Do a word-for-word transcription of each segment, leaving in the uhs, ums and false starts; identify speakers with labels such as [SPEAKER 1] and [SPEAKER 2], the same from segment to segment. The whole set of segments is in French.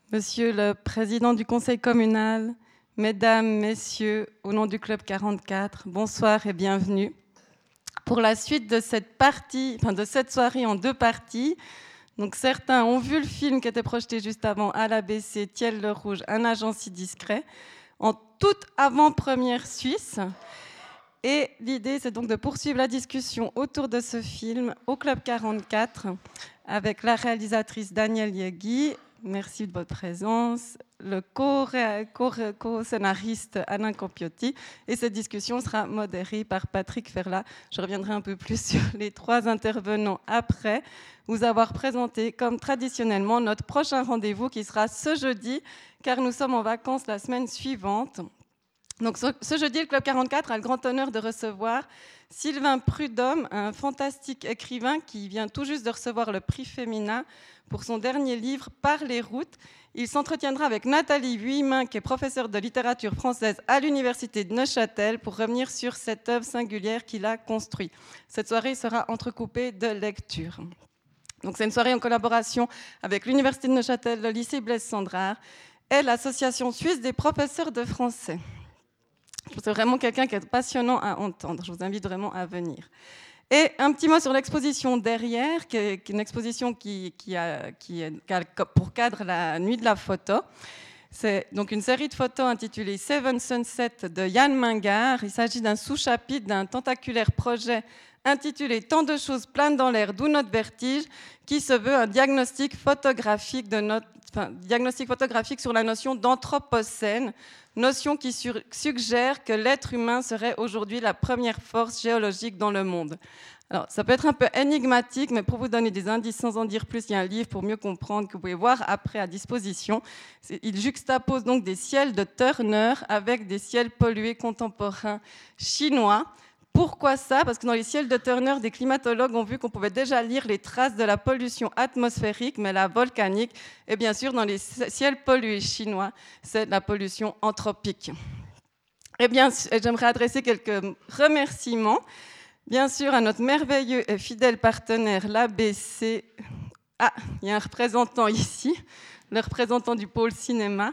[SPEAKER 1] Monsieur le Président du Conseil communal, Mesdames, Messieurs, au nom du Club quarante-quatre, bonsoir et bienvenue. Pour la suite de cette partie, enfin de cette soirée en deux parties, donc certains ont vu le film qui était projeté juste avant à l'A B C, Thiel le Rouge, un agent si discret, en toute avant-première suisse. Et l'idée, c'est donc de poursuivre la discussion autour de ce film au Club quarante-quatre avec la réalisatrice Danielle Yegui. Merci de votre présence. Le co-scénariste Alain Campiotti. Et cette discussion sera modérée par Patrick Ferla. Je reviendrai un peu plus sur les trois intervenants après vous avoir présenté, comme traditionnellement, notre prochain rendez-vous qui sera ce jeudi, car nous sommes en vacances la semaine suivante. Donc ce jeudi, le Club quarante-quatre a le grand honneur de recevoir Sylvain Prudhomme, un fantastique écrivain qui vient tout juste de recevoir le prix Femina pour son dernier livre « Par les routes ». Il s'entretiendra avec Nathalie Vuillemin, qui est professeure de littérature française à l'Université de Neuchâtel, pour revenir sur cette œuvre singulière qu'il a construite. Cette soirée sera entrecoupée de lectures. Donc c'est une soirée en collaboration avec l'Université de Neuchâtel, le lycée Blaise Cendrars et l'Association suisse des professeurs de français. C'est vraiment quelqu'un qui est passionnant à entendre. Je vous invite vraiment à venir. Et un petit mot sur l'exposition derrière, qui est une exposition qui, qui, a, qui, est, qui a pour cadre la nuit de la photo. C'est donc une série de photos intitulée Seven Sunsets de Yann Mingard. Il s'agit d'un sous-chapitre d'un tentaculaire projet intitulé Tant de choses planent dans l'air, d'où notre vertige, qui se veut un diagnostic photographique, de notre, enfin, diagnostic photographique sur la notion d'anthropocène, notion qui sur, suggère que l'être humain serait aujourd'hui la première force géologique dans le monde. Alors, ça peut être un peu énigmatique, mais pour vous donner des indices sans en dire plus, il y a un livre pour mieux comprendre que vous pouvez voir après à disposition. Il juxtapose donc des ciels de Turner avec des ciels pollués contemporains chinois. Pourquoi ça ? Parce que dans les ciels de Turner, des climatologues ont vu qu'on pouvait déjà lire les traces de la pollution atmosphérique, mais la volcanique. Et bien sûr, dans les ciels pollués chinois, c'est la pollution anthropique. Et bien, j'aimerais adresser quelques remerciements, bien sûr, à notre merveilleux et fidèle partenaire, l'A B C. Ah, il y a un représentant ici, le représentant du pôle cinéma.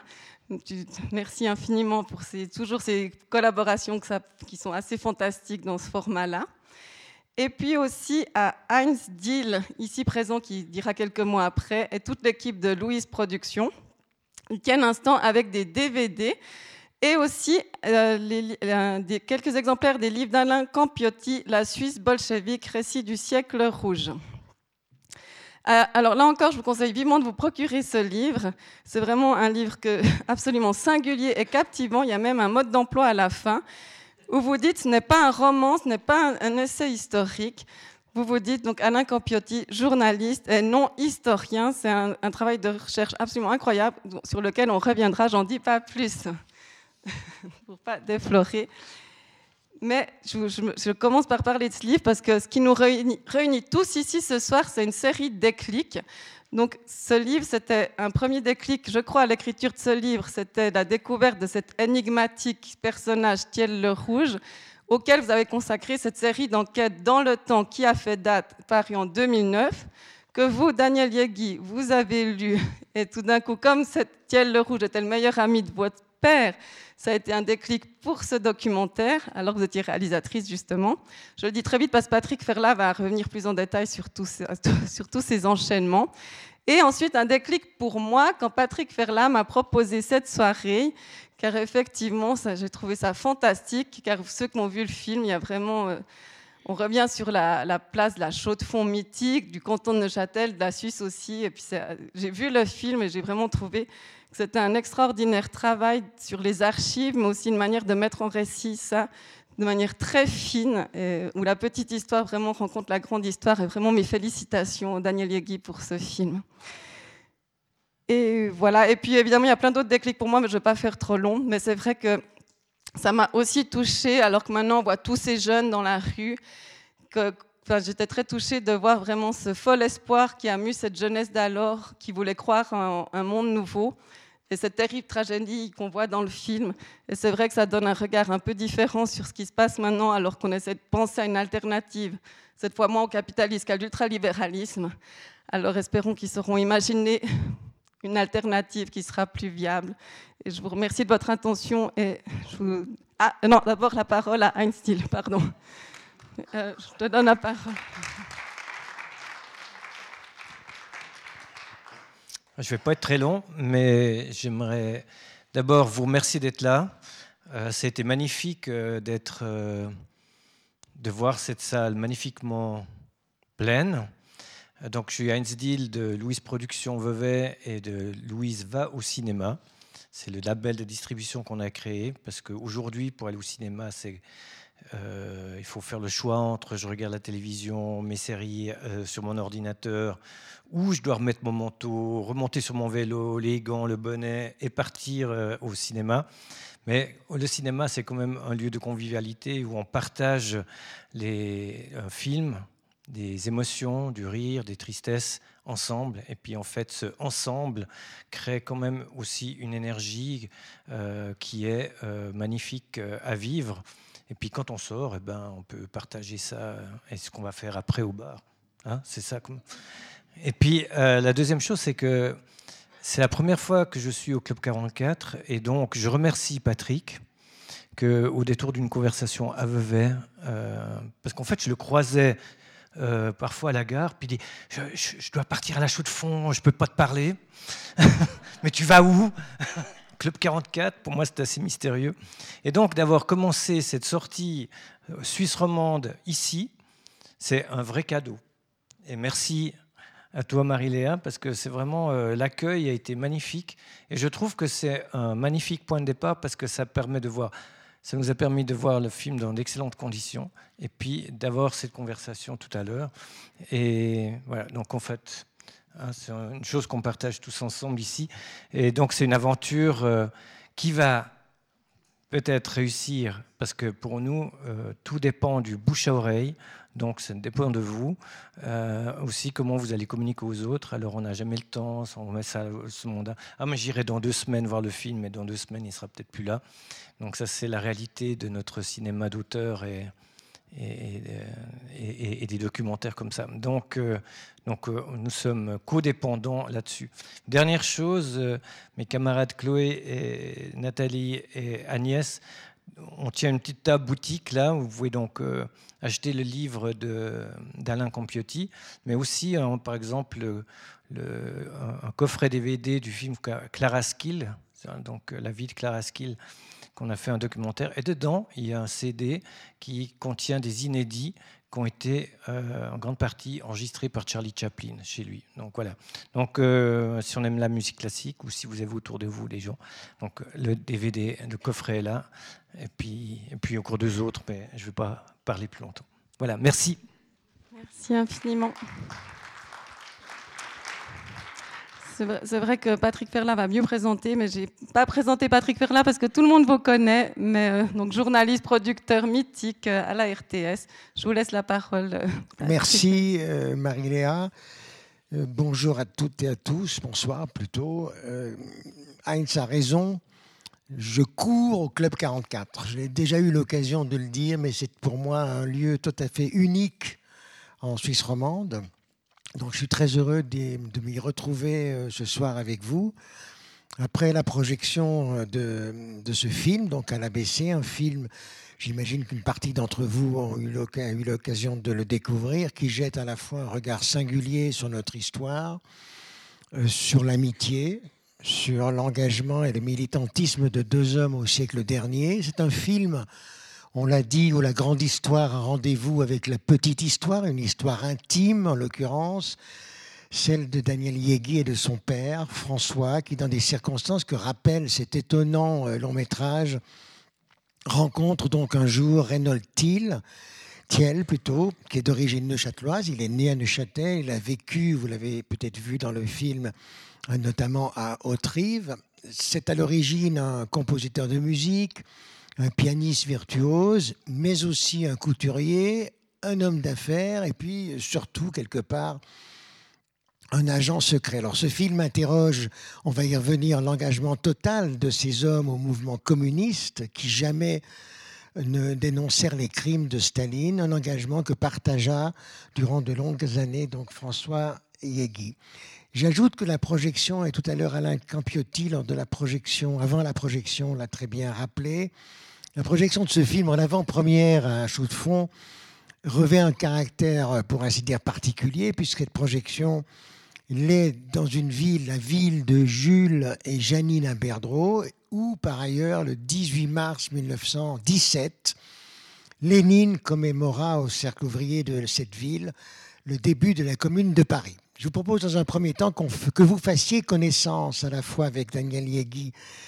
[SPEAKER 1] Merci infiniment pour ces, toujours ces collaborations que ça, qui sont assez fantastiques dans ce format-là. Et puis aussi à Heinz Diel, ici présent, qui dira quelques mots après, et toute l'équipe de Louise Productions. Ils tiennent un stand avec des D V D et aussi euh, les, euh, des, quelques exemplaires des livres d'Alain Campiotti, La Suisse bolchevique, récit du siècle rouge. Alors là encore, je vous conseille vivement de vous procurer ce livre. C'est vraiment un livre que, absolument singulier et captivant. Il y a même un mode d'emploi à la fin où vous dites ce n'est pas un roman, ce n'est pas un, un essai historique. Vous vous dites donc Alain Campiotti, journaliste et non historien. C'est un, un travail de recherche absolument incroyable sur lequel on reviendra. J'en dis pas plus pour pas déflorer. Mais je, je, je commence par parler de ce livre parce que ce qui nous réunit, réunit tous ici ce soir, c'est une série de déclics. Donc, ce livre, c'était un premier déclic, je crois, à l'écriture de ce livre. C'était la découverte de cet énigmatique personnage, Thiel le Rouge, auquel vous avez consacré cette série d'enquêtes dans le temps qui a fait date, paru en deux mille neuf, que vous, Danielle Yegui, vous avez lu. Et tout d'un coup, comme cette Thiel le Rouge était le meilleur ami de votre père, ça a été un déclic pour ce documentaire, alors que vous étiez réalisatrice, justement. Je le dis très vite parce que Patrick Ferla va revenir plus en détail sur tous ces, sur tous ces enchaînements. Et ensuite, un déclic pour moi, quand Patrick Ferla m'a proposé cette soirée, car effectivement, ça, j'ai trouvé ça fantastique, car ceux qui ont vu le film, il y a vraiment... Euh, on revient sur la, la place de la Chaux-de-Fonds mythique, du canton de Neuchâtel, de la Suisse aussi. Et puis j'ai vu le film et j'ai vraiment trouvé que c'était un extraordinaire travail sur les archives, mais aussi une manière de mettre en récit ça de manière très fine, et où la petite histoire vraiment rencontre la grande histoire. Et vraiment mes félicitations, Danielle Yegui, pour ce film. Et voilà. Et puis évidemment, il y a plein d'autres déclics pour moi, mais je ne vais pas faire trop long. Mais c'est vrai que ça m'a aussi touchée, alors que maintenant on voit tous ces jeunes dans la rue. Que, enfin, j'étais très touchée de voir vraiment ce fol espoir qui a mu cette jeunesse d'alors, qui voulait croire en un monde nouveau. Et cette terrible tragédie qu'on voit dans le film. Et c'est vrai que ça donne un regard un peu différent sur ce qui se passe maintenant, alors qu'on essaie de penser à une alternative, cette fois moins au capitalisme qu'à l'ultralibéralisme. Alors espérons qu'ils sauront imaginer une alternative qui sera plus viable. Et je vous remercie de votre attention. Et je vous... Ah, non, d'abord la parole à Heinz Thiel, pardon. Euh, je te donne la parole.
[SPEAKER 2] Je ne vais pas être très long, mais j'aimerais d'abord vous remercier d'être là. Euh, ça a été magnifique euh, d'être, euh, de voir cette salle magnifiquement pleine. Donc, je suis Heinz Thiel de Louise Productions Vevey et de Louise Va au cinéma. C'est le label de distribution qu'on a créé parce qu'aujourd'hui, pour aller au cinéma, c'est, euh, il faut faire le choix entre je regarde la télévision, mes séries euh, sur mon ordinateur, ou je dois remettre mon manteau, remonter sur mon vélo, les gants, le bonnet et partir euh, au cinéma. Mais le cinéma, c'est quand même un lieu de convivialité où on partage les euh, films, des émotions, du rire, des tristesses ensemble. Et puis en fait, ce ensemble crée quand même aussi une énergie euh, qui est euh, magnifique euh, à vivre. Et puis quand on sort, eh ben, on peut partager ça et ce qu'on va faire après au bar. Hein, c'est ça. Et puis euh, la deuxième chose, c'est que c'est la première fois que je suis au Club quarante-quatre. Et donc je remercie Patrick qu'au détour d'une conversation à Vevey, euh, parce qu'en fait je le croisais Euh, parfois à la gare, puis il dit je, je, je dois partir à la chaux de fonds, je ne peux pas te parler. Mais tu vas où? Club quarante-quatre, pour moi c'est assez mystérieux. Et donc d'avoir commencé cette sortie suisse romande ici, c'est un vrai cadeau. Et merci à toi Marie-Léa, parce que c'est vraiment euh, l'accueil a été magnifique. Et je trouve que c'est un magnifique point de départ parce que ça permet de voir. Ça nous a permis de voir le film dans d'excellentes conditions et puis d'avoir cette conversation tout à l'heure. Et voilà, donc en fait, hein, c'est une chose qu'on partage tous ensemble ici. Et donc c'est une aventure euh, qui va peut-être réussir, parce que pour nous, euh, tout dépend du bouche à oreille. Donc ça dépend de vous. Euh, aussi comment vous allez communiquer aux autres. Alors on n'a jamais le temps, on met ça ce monde. Ah mais j'irai dans deux semaines voir le film, mais dans deux semaines il sera peut-être plus là. Donc ça c'est la réalité de notre cinéma d'auteur et, et, et, et des documentaires comme ça. Donc, euh, donc euh, nous sommes codépendants là-dessus. Dernière chose, euh, mes camarades Chloé, et Nathalie et Agnès, on tient une petite table boutique là où vous pouvez donc euh, acheter le livre de, d'Alain Campiotti, mais aussi hein, par exemple le, le, un coffret D V D du film Clara Skil, donc la vie de Clara Skil, qu'on a fait un documentaire. Et dedans, il y a un C D qui contient des inédits qui ont été euh, en grande partie enregistrés par Charlie Chaplin chez lui. Donc voilà. Donc euh, si on aime la musique classique ou si vous avez autour de vous des gens, donc le D V D, le coffret est là. Et puis, et puis encore deux autres, mais je ne vais pas parler plus longtemps. Voilà, merci.
[SPEAKER 1] Merci infiniment. C'est vrai, c'est vrai que Patrick Ferlat va mieux présenter, mais je n'ai pas présenté Patrick Ferlat parce que tout le monde vous connaît, mais euh, donc journaliste, producteur mythique euh, à la R T S. Je vous laisse la parole. Euh,
[SPEAKER 3] Merci euh, Marie-Léa. Euh, bonjour à toutes et à tous, bonsoir plutôt. Euh, Heinz a raison. Je cours au Club quarante-quatre. J'ai déjà eu l'occasion de le dire, mais c'est pour moi un lieu tout à fait unique en Suisse romande. Donc je suis très heureux de, de m'y retrouver ce soir avec vous. Après la projection de, de ce film, donc à l'A B C, un film, j'imagine qu'une partie d'entre vous ont eu l'occasion de le découvrir, qui jette à la fois un regard singulier sur notre histoire, euh, sur l'amitié, sur l'engagement et le militantisme de deux hommes au siècle dernier. C'est un film, on l'a dit, où la grande histoire a rendez-vous avec la petite histoire, une histoire intime en l'occurrence, celle de Daniel Yegui et de son père, François, qui dans des circonstances que rappelle cet étonnant long métrage, rencontre donc un jour Reynold Thiel, Thiel plutôt, qui est d'origine neuchâteloise. Il est né à Neuchâtel, il a vécu, vous l'avez peut-être vu dans le film, notamment à Haute-Rive. C'est à l'origine un compositeur de musique, un pianiste virtuose, mais aussi un couturier, un homme d'affaires et puis surtout, quelque part, un agent secret. Alors ce film interroge, on va y revenir, l'engagement total de ces hommes au mouvement communiste qui jamais ne dénoncèrent les crimes de Staline, un engagement que partagea durant de longues années donc François Yegui. J'ajoute que la projection, et tout à l'heure Alain Campiotti, lors de la projection, avant la projection, l'a très bien rappelé, la projection de ce film en avant-première à Chaux-de-Fonds revêt un caractère, pour ainsi dire, particulier, puisque cette projection l'est dans une ville, la ville de Jules et Janine Imberdreau, où, par ailleurs, le dix-huit mars mille neuf cent dix-sept, Lénine commémora au cercle ouvrier de cette ville le début de la Commune de Paris. Je vous propose dans un premier temps qu'on f- que vous fassiez connaissance à la fois avec Daniel Yegui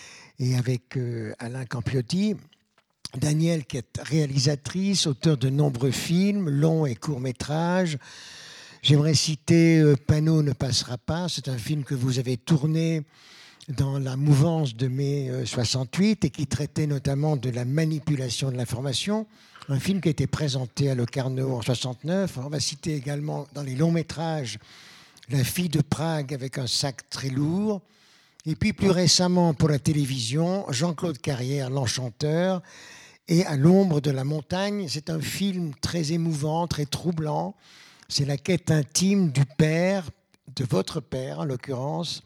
[SPEAKER 3] et avec euh, Alain Campiotti. Daniel, qui est réalisatrice, auteur de nombreux films, longs et courts-métrages. J'aimerais citer euh, Panneau ne passera pas. C'est un film que vous avez tourné dans la mouvance de mai euh, soixante-huit et qui traitait notamment de la manipulation de l'information. Un film qui a été présenté à Locarno en soixante-neuf. On va citer également dans les longs métrages La fille de Prague avec un sac très lourd. Et puis plus récemment pour la télévision, Jean-Claude Carrière, L'Enchanteur, et À l'ombre de la montagne. C'est un film très émouvant, très troublant. C'est la quête intime du père, de votre père en l'occurrence,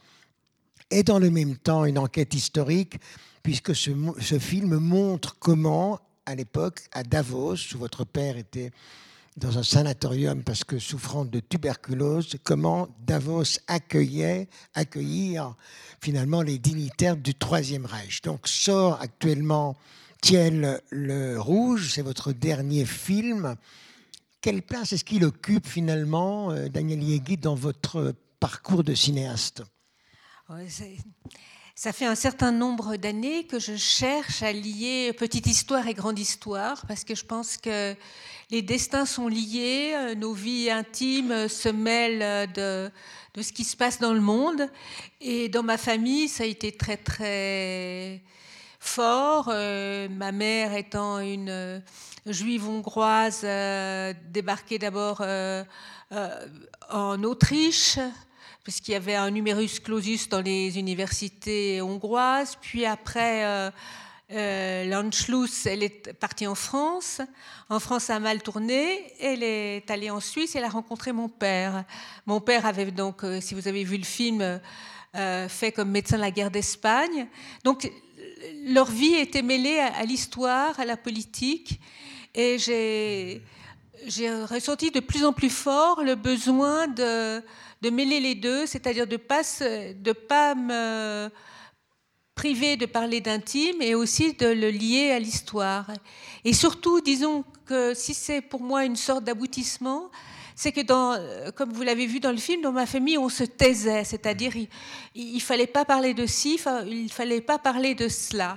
[SPEAKER 3] et dans le même temps une enquête historique, puisque ce, ce film montre comment, à l'époque, à Davos, où votre père était dans un sanatorium parce que souffrant de tuberculose, comment Davos accueillait, accueillir finalement les dignitaires du Troisième Reich. Donc sort actuellement Thiel le Rouge, c'est votre dernier film. Quelle place est-ce qu'il occupe finalement, Daniel Yegui, dans votre parcours de cinéaste ?
[SPEAKER 4] Ouais, c'est... Ça fait un certain nombre d'années que je cherche à lier petite histoire et grande histoire, parce que je pense que les destins sont liés, nos vies intimes se mêlent de, de ce qui se passe dans le monde. Et dans ma famille, ça a été très, très fort. Euh, ma mère étant une juive hongroise, euh, débarquée d'abord euh, euh, en Autriche, puisqu'il y avait un numerus clausus dans les universités hongroises. Puis après euh, euh, l'Anschluss, elle est partie en France. En France, ça a mal tourné. Elle est allée en Suisse et elle a rencontré mon père. Mon père avait donc, euh, si vous avez vu le film, euh, fait comme médecin la guerre d'Espagne. Donc, leur vie était mêlée à, à l'histoire, à la politique. Et j'ai, j'ai ressenti de plus en plus fort le besoin de... de mêler les deux, c'est-à-dire de ne pas, de pas me priver de parler d'intime et aussi de le lier à l'histoire. Et surtout, disons que si c'est pour moi une sorte d'aboutissement, c'est que, dans, comme vous l'avez vu dans le film, dans ma famille, on se taisait, c'est-à-dire il ne fallait pas parler de ci, il ne fallait pas parler de cela.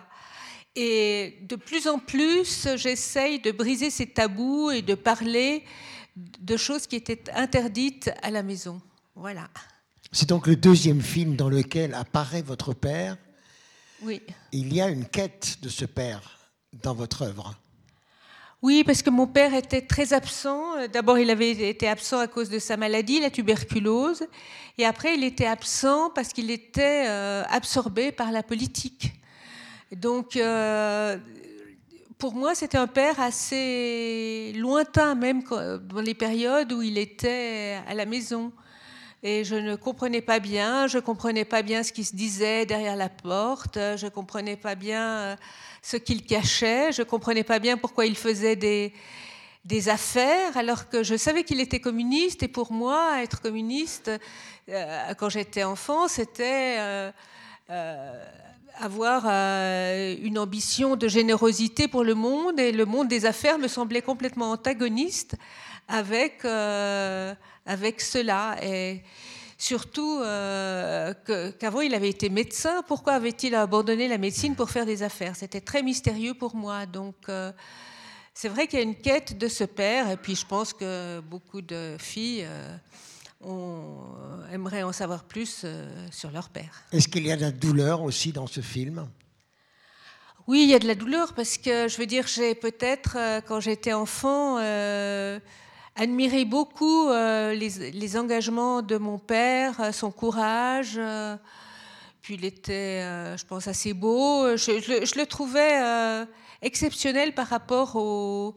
[SPEAKER 4] Et de plus en plus, j'essaye de briser ces tabous et de parler de choses qui étaient interdites à la maison. Voilà.
[SPEAKER 3] C'est donc le deuxième film dans lequel apparaît votre père.
[SPEAKER 4] Oui.
[SPEAKER 3] Il y a une quête de ce père dans votre œuvre.
[SPEAKER 4] Oui, parce que mon père était très absent. D'abord, il avait été absent à cause de sa maladie, la tuberculose. Et après, il était absent parce qu'il était euh, absorbé par la politique. Donc, euh, pour moi, c'était un père assez lointain, même dans les périodes où il était à la maison. Et je ne comprenais pas bien, je ne comprenais pas bien ce qui se disait derrière la porte, je ne comprenais pas bien ce qu'il cachait, je ne comprenais pas bien pourquoi il faisait des, des affaires, alors que je savais qu'il était communiste. Et pour moi, être communiste, euh, quand j'étais enfant, c'était euh, euh, avoir euh, une ambition de générosité pour le monde. Et le monde des affaires me semblait complètement antagoniste avec... Euh, avec cela, et surtout euh, que, qu'avant il avait été médecin. Pourquoi avait-il abandonné la médecine pour faire des affaires? C'était très mystérieux pour moi. Donc euh, c'est vrai qu'il y a une quête de ce père, et puis je pense que beaucoup de filles euh, ont, aimeraient en savoir plus euh, sur leur père.
[SPEAKER 3] Est-ce qu'il y a de la douleur aussi dans ce film?
[SPEAKER 4] Oui, il y a de la douleur, parce que je veux dire, j'ai peut-être, euh, quand j'étais enfant, euh, admiré beaucoup euh, les, les engagements de mon père, son courage. Euh, puis il était, euh, je pense, assez beau. Je, je, je le trouvais euh, exceptionnel par rapport aux,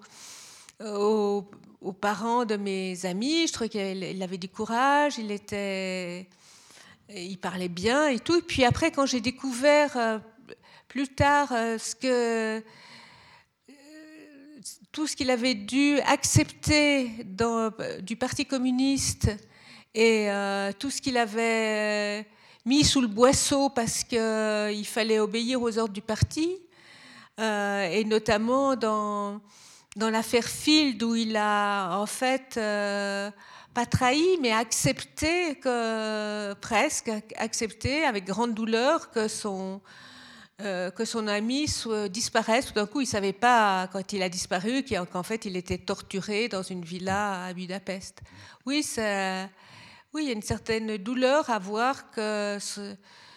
[SPEAKER 4] aux, aux parents de mes amis. Je trouvais qu'il avait du courage. Il était et il parlait bien et tout. Et puis après, quand j'ai découvert euh, plus tard euh, ce que, euh, tout ce qu'il avait dû accepter dans, du Parti communiste et euh, tout ce qu'il avait mis sous le boisseau parce qu'il euh, fallait obéir aux ordres du parti, euh, et notamment dans, dans l'affaire Field où il a en fait euh, pas trahi mais accepté, que, presque accepté avec grande douleur que son, euh, que son ami soit, disparaisse. Tout d'un coup il ne savait pas quand il a disparu qu'en fait il était torturé dans une villa à Budapest. Oui, c'est... Oui, il y a une certaine douleur à voir que ce,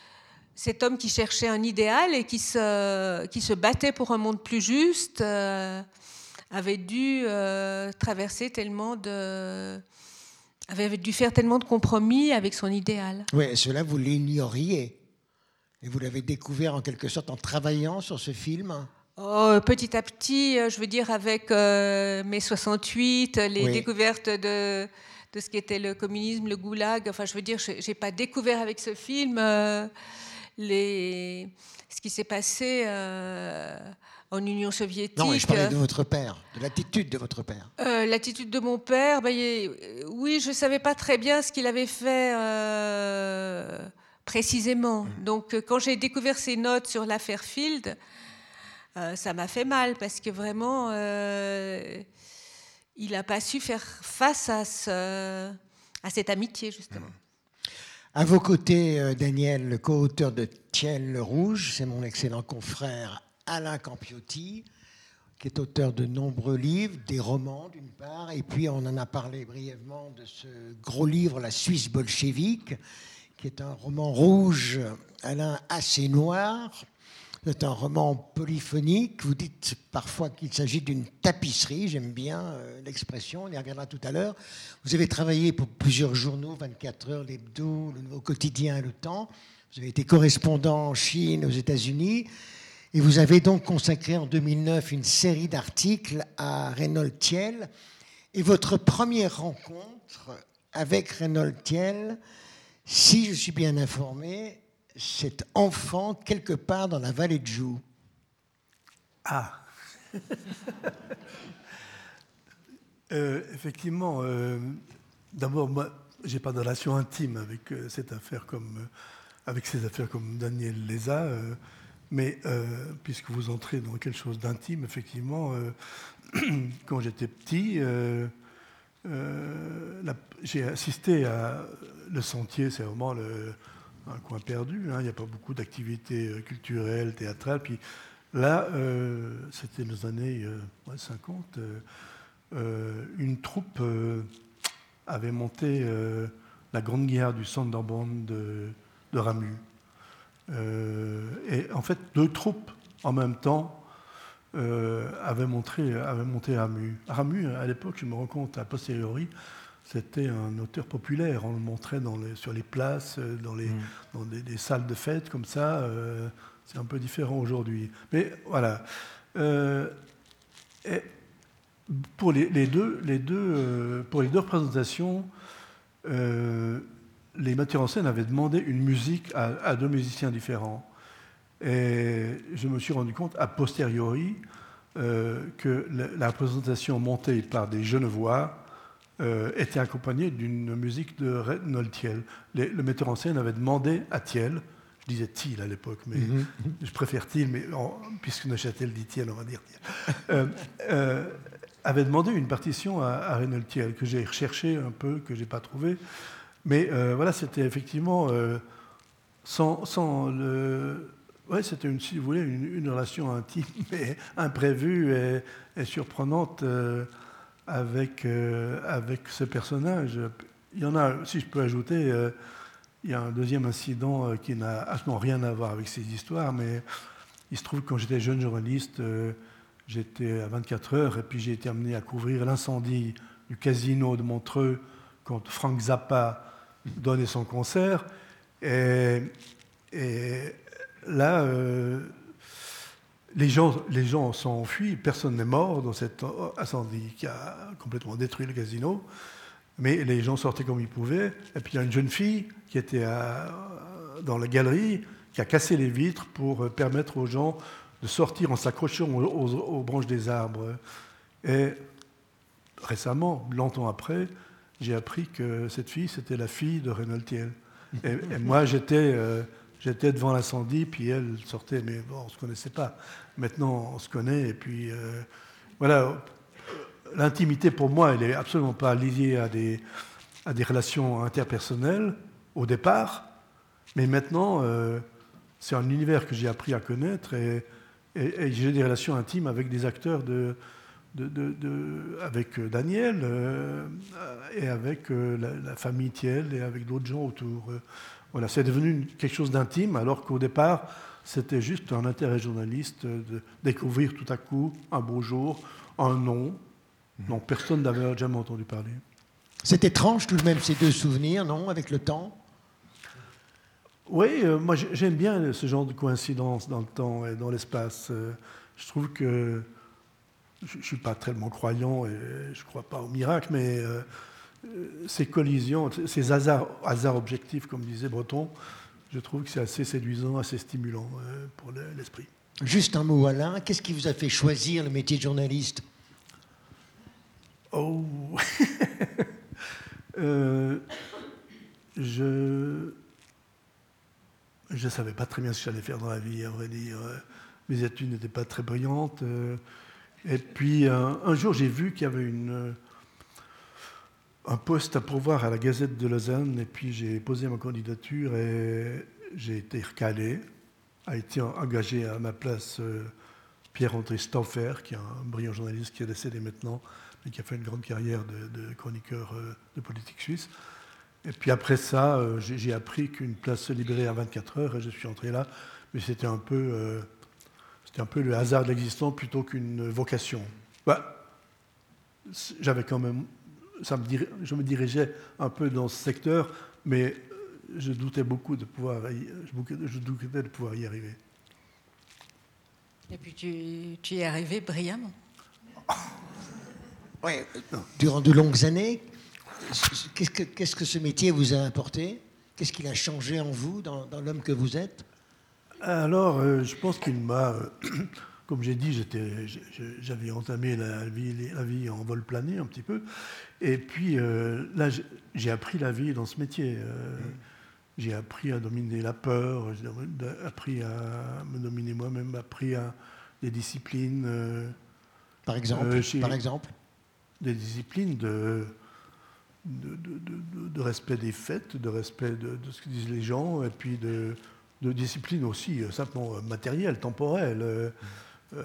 [SPEAKER 4] cet homme qui cherchait un idéal et qui se, qui se battait pour un monde plus juste euh, avait dû euh, traverser tellement de... avait dû faire tellement de compromis avec son idéal.
[SPEAKER 3] Oui, cela, vous l'ignoriez. Et vous l'avez découvert en quelque sorte en travaillant sur ce film.
[SPEAKER 4] Oh, petit à petit, je veux dire, avec euh, mai soixante-huit, les oui. découvertes de... de ce qu'était le communisme, le goulag. Enfin, je veux dire, je n'ai pas découvert avec ce film euh, les, ce qui s'est passé euh, en Union soviétique.
[SPEAKER 3] Non, je parlais de votre père, de l'attitude de votre père.
[SPEAKER 4] Euh, l'attitude de mon père, ben, il, oui, je ne savais pas très bien ce qu'il avait fait euh, précisément. Mmh. Donc, quand j'ai découvert ses notes sur l'affaire Field, euh, ça m'a fait mal, parce que vraiment... Euh, il n'a pas su faire face à, ce, à cette amitié, justement.
[SPEAKER 3] À vos côtés, Daniel, le co-auteur de Thiel le Rouge, c'est mon excellent confrère Alain Campiotti, qui est auteur de nombreux livres, des romans d'une part, et puis on en a parlé brièvement de ce gros livre, La Suisse bolchevique, qui est un roman rouge, Alain, assez noir. C'est un roman polyphonique. Vous dites parfois qu'il s'agit d'une tapisserie. J'aime bien euh, l'expression. On y reviendra tout à l'heure. Vous avez travaillé pour plusieurs journaux, vingt-quatre heures, l'Hebdo, le Nouveau Quotidien et le Temps. Vous avez été correspondant en Chine, aux États-Unis. Et vous avez donc consacré en deux mille neuf une série d'articles à Reinhold Thiel. Et votre première rencontre avec Reinhold Thiel, si je suis bien informé, cet enfant quelque part dans la vallée de Joux.
[SPEAKER 5] Ah euh, Effectivement, euh, d'abord, moi, je n'ai pas de relation intime avec, euh, cette affaire comme, euh, avec ces affaires comme Daniel les a, euh, mais euh, puisque vous entrez dans quelque chose d'intime, effectivement, euh, quand j'étais petit, euh, euh, la, j'ai assisté à Le Sentier, c'est vraiment le... un coin perdu, hein. Il n'y a pas beaucoup d'activités culturelles, théâtrales. Puis là, euh, c'était dans les années euh, ouais, cinquante, euh, euh, une troupe euh, avait monté euh, la Grande Guerre du Sonderbund de, de Ramu. Euh, et en fait, deux troupes en même temps euh, avaient, montré, avaient monté Ramu. Ramu, à l'époque, je me rends compte, a posteriori, c'était un auteur populaire. On le montrait dans les, sur les places, dans, les, mmh. dans des, des salles de fête comme ça. Euh, c'est un peu différent aujourd'hui. Mais voilà. Euh, et pour les, les deux, les deux, euh, pour les deux représentations, euh, les metteurs en scène avaient demandé une musique à, à deux musiciens différents. Et je me suis rendu compte, a posteriori, euh, que la, la représentation montée par des Genevois Euh, était accompagné d'une musique de Reinhold Thiel. Les, le metteur en scène avait demandé à Thiel, je disais Thiel à l'époque, mais mm-hmm. je préfère Thiel, mais en, puisque Neuchâtel dit Thiel, on va dire Thiel, euh, euh, avait demandé une partition à, à Reinhold Thiel, que j'ai recherché un peu, que je n'ai pas trouvé. Mais euh, voilà, c'était effectivement euh, sans, sans le... Ouais, c'était, une, si vous voulez, une, une relation intime, mais imprévue et, et surprenante euh, Avec, euh, avec ce personnage. Il y en a, si je peux ajouter, euh, il y a un deuxième incident euh, qui n'a absolument rien à voir avec ces histoires, mais il se trouve que quand j'étais jeune journaliste, euh, j'étais à vingt-quatre heures et puis j'ai été amené à couvrir l'incendie du casino de Montreux quand Frank Zappa donnait son concert. Et, et là... Euh, Les gens, les gens sont enfuis, personne n'est mort dans cet incendie qui a complètement détruit le casino. Mais les gens sortaient comme ils pouvaient. Et puis il y a une jeune fille qui était à, dans la galerie, qui a cassé les vitres pour permettre aux gens de sortir en s'accrochant aux, aux, aux branches des arbres. Et récemment, longtemps après, j'ai appris que cette fille, c'était la fille de Reynald Thiel. Et, et moi, j'étais, euh, j'étais devant l'incendie, puis elle sortait, mais bon, on ne se connaissait pas. Maintenant, on se connaît, et puis euh, voilà. L'intimité, pour moi, elle n'est absolument pas liée à des, à des relations interpersonnelles, au départ, mais maintenant, euh, c'est un univers que j'ai appris à connaître, et, et, et j'ai des relations intimes avec des acteurs de... De, de, de, avec Daniel euh, et avec euh, la, la famille Thiel et avec d'autres gens autour. Euh, voilà, c'est devenu une, quelque chose d'intime, alors qu'au départ, c'était juste un intérêt journaliste de découvrir tout à coup, un beau jour, un nom dont personne n'avait jamais entendu parler.
[SPEAKER 3] C'est étrange tout de même ces deux souvenirs, non, avec le temps?
[SPEAKER 5] Oui, euh, moi j'aime bien ce genre de coïncidence dans le temps et dans l'espace. Euh, je trouve que je ne suis pas tellement croyant et je ne crois pas au miracle, mais euh, ces collisions, ces hasards, hasards objectifs, comme disait Breton, je trouve que c'est assez séduisant, assez stimulant euh, pour l'esprit.
[SPEAKER 3] Juste un mot, Alain. Qu'est-ce qui vous a fait choisir le métier de journaliste?
[SPEAKER 5] Oh euh, Je ne savais pas très bien ce que j'allais faire dans la vie, à vrai dire. Mes études n'étaient pas très brillantes. Euh, Et puis, un, un jour, j'ai vu qu'il y avait une, un poste à pourvoir à la Gazette de Lausanne, et puis j'ai posé ma candidature et j'ai été recalé. A été engagé à ma place euh, Pierre-André Stauffer, qui est un brillant journaliste qui est décédé maintenant, mais qui a fait une grande carrière de, de chroniqueur euh, de politique suisse. Et puis après ça, euh, j'ai, j'ai appris qu'une place se libérait à vingt-quatre heures, et je suis entré là, mais c'était un peu... Euh, C'était un peu le hasard de l'existence plutôt qu'une vocation. Bah, j'avais quand même, ça me dir... je me dirigeais un peu dans ce secteur, mais je doutais beaucoup de pouvoir, y... je doutais de pouvoir y arriver.
[SPEAKER 4] Et puis tu, tu y es arrivé brillamment.
[SPEAKER 3] Oui, durant de longues années, qu'est-ce que, qu'est-ce que ce métier vous a apporté? Qu'est-ce qu'il a changé en vous, dans, dans l'homme que vous êtes?
[SPEAKER 5] Alors, euh, je pense qu'il m'a, euh, comme j'ai dit, j'étais, j'avais entamé la vie, la vie en vol plané un petit peu, et puis euh, là, j'ai appris la vie dans ce métier. Euh, mmh. J'ai appris à dominer la peur, j'ai appris à me dominer moi-même, appris à des disciplines. Euh,
[SPEAKER 3] par exemple, euh, chez, par exemple,
[SPEAKER 5] des disciplines de de, de, de de respect des faits, de respect de, de ce que disent les gens, et puis de de discipline aussi, euh, simplement matérielle, temporelle, euh, euh,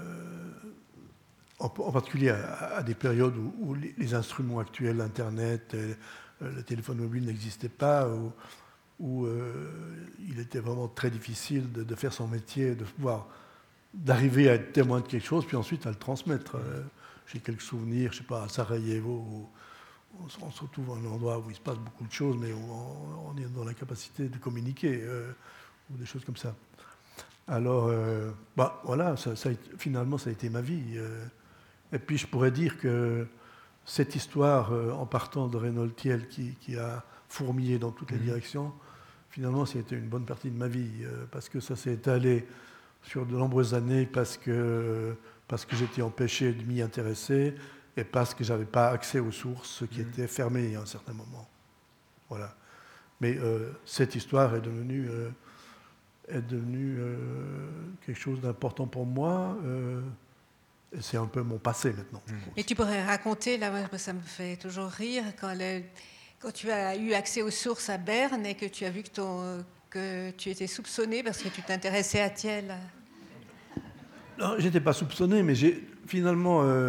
[SPEAKER 5] en, en particulier à, à des périodes où, où les, les instruments actuels, Internet, euh, le téléphone mobile n'existaient pas, où, où euh, il était vraiment très difficile de, de faire son métier, de pouvoir, d'arriver à être témoin de quelque chose, puis ensuite à le transmettre. Euh, j'ai quelques souvenirs, je ne sais pas, à Sarajevo, où on, on se retrouve dans un endroit où il se passe beaucoup de choses, mais on, on est dans la capacité de communiquer. Euh, ou des choses comme ça. Alors, euh, bah, voilà, ça, ça a été, finalement, ça a été ma vie. Euh, et puis, je pourrais dire que cette histoire, euh, en partant de Reynald Thiel, qui, qui a fourmillé dans toutes les mmh. directions, finalement, ça a été une bonne partie de ma vie, euh, parce que ça s'est étalé sur de nombreuses années, parce que, parce que j'étais empêché de m'y intéresser, et parce que je n'avais pas accès aux sources qui mmh. étaient fermées à un certain moment. Voilà. Mais euh, cette histoire est devenue... Euh, est devenu euh, quelque chose d'important pour moi. Euh, et c'est un peu mon passé maintenant.
[SPEAKER 4] Et tu pourrais raconter, là, ça me fait toujours rire, quand, le, quand tu as eu accès aux sources à Berne et que tu as vu que, ton, que tu étais soupçonné parce que tu t'intéressais à Thiel.
[SPEAKER 5] Non, je n'étais pas soupçonné, mais j'ai finalement... Euh,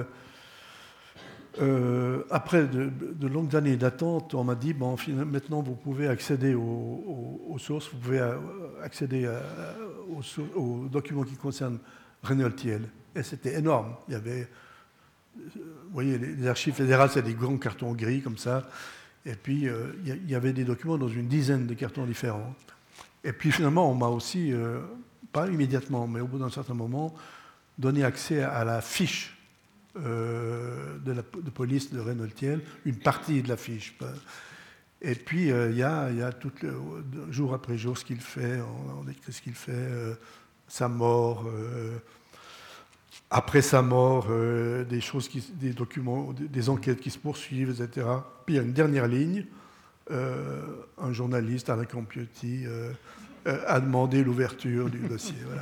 [SPEAKER 5] Euh, après de, de longues années d'attente, on m'a dit, bon, maintenant vous pouvez accéder aux, aux, aux sources, vous pouvez accéder à, aux, aux documents qui concernent Reynald Thiel. Et c'était énorme. Il y avait, vous voyez, les archives fédérales, c'est des grands cartons gris comme ça. Et puis, euh, il y avait des documents dans une dizaine de cartons différents. Et puis finalement, on m'a aussi, euh, pas immédiatement, mais au bout d'un certain moment, donné accès à la fiche euh, de la de police de Renaultiel, une partie de l'affiche. Et puis, il euh, y, a, y a tout le, jour après jour ce qu'il fait, on, on décrit ce qu'il fait, euh, sa mort, euh, après sa mort, euh, des choses, qui, des documents, des enquêtes qui se poursuivent, et cetera. Puis il y a une dernière ligne, euh, un journaliste, Alain Campiotti, euh, euh, a demandé l'ouverture du dossier. Voilà.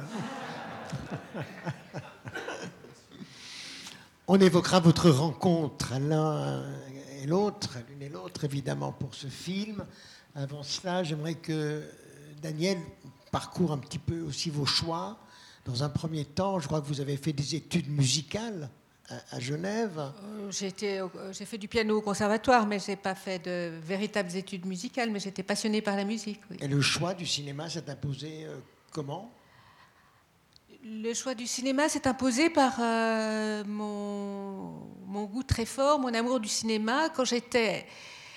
[SPEAKER 3] On évoquera votre rencontre l'un et l'autre, l'une et l'autre, évidemment, pour ce film. Avant cela, j'aimerais que Daniel parcourt un petit peu aussi vos choix. Dans un premier temps, je crois que vous avez fait des études musicales à, à Genève.
[SPEAKER 4] Euh, j'ai, été, j'ai fait du piano au conservatoire, mais je n'ai pas fait de véritables études musicales, mais j'étais passionnée par la musique. Oui.
[SPEAKER 3] Et le choix du cinéma s'est imposé euh, comment ?
[SPEAKER 4] Le choix du cinéma s'est imposé par euh, mon, mon goût très fort, mon amour du cinéma. Quand j'étais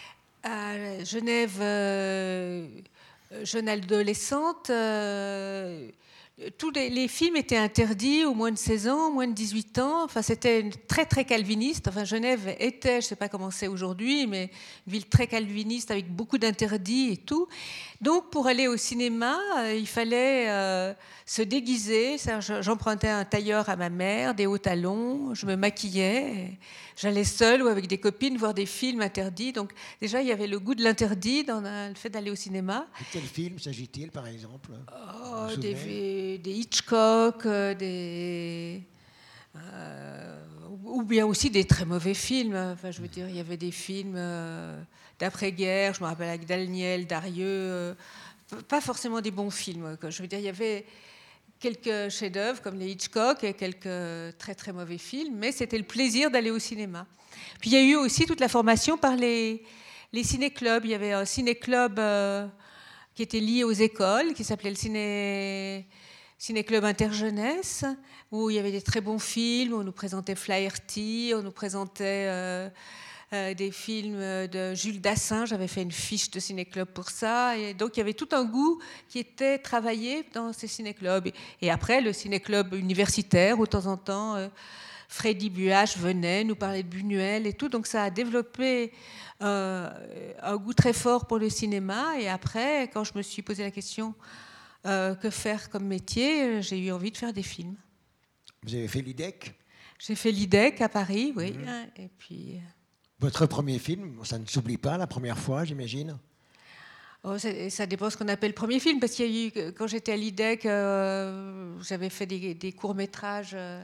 [SPEAKER 4] à Genève, euh, jeune adolescente, euh, tous les, les films étaient interdits aux moins de seize ans, aux moins de dix-huit ans. Enfin, c'était une, très, très calviniste. Enfin, Genève était, je ne sais pas comment c'est aujourd'hui, mais une ville très calviniste avec beaucoup d'interdits et tout. Donc, pour aller au cinéma, euh, il fallait euh, se déguiser. J'empruntais un tailleur à ma mère, des hauts talons, je me maquillais. J'allais seule ou avec des copines voir des films interdits. Donc, déjà, il y avait le goût de l'interdit dans le fait d'aller au cinéma.
[SPEAKER 3] De quel film s'agit-il, par exemple ?
[SPEAKER 4] Oh, des, des Hitchcock, des... Euh, ou bien aussi des très mauvais films. Enfin, je veux dire, il y avait des films euh, d'après-guerre, je me rappelle avec Daniel, Darieux, euh, pas forcément des bons films. Quoi. Je veux dire, il y avait quelques chefs-d'œuvre comme les Hitchcock et quelques très très mauvais films, mais c'était le plaisir d'aller au cinéma. Puis il y a eu aussi toute la formation par les, les ciné-clubs. Il y avait un ciné-club euh, qui était lié aux écoles, qui s'appelait le ciné... Ciné-club Interjeunesse, où il y avait des très bons films, on nous présentait Flaherty, on nous présentait euh, euh, des films de Jules Dassin, j'avais fait une fiche de ciné-club pour ça, et donc il y avait tout un goût qui était travaillé dans ces ciné-clubs. Et, et après, le ciné-club universitaire, où de temps en temps, euh, Freddy Buache venait nous parler de Buñuel et tout, donc ça a développé euh, un goût très fort pour le cinéma, et après, quand je me suis posé la question... Euh, que faire comme métier, j'ai eu envie de faire des films.
[SPEAKER 3] Vous avez fait l'I D E C ?
[SPEAKER 4] J'ai fait l'I D E C à Paris, oui. Mmh. Et puis...
[SPEAKER 3] Votre premier film, ça ne s'oublie pas, la première fois, j'imagine ?
[SPEAKER 4] Oh, ça, ça dépend ce qu'on appelle premier film, parce qu'il y a eu, quand j'étais à l'I D E C, euh, j'avais fait des, des courts-métrages. Euh,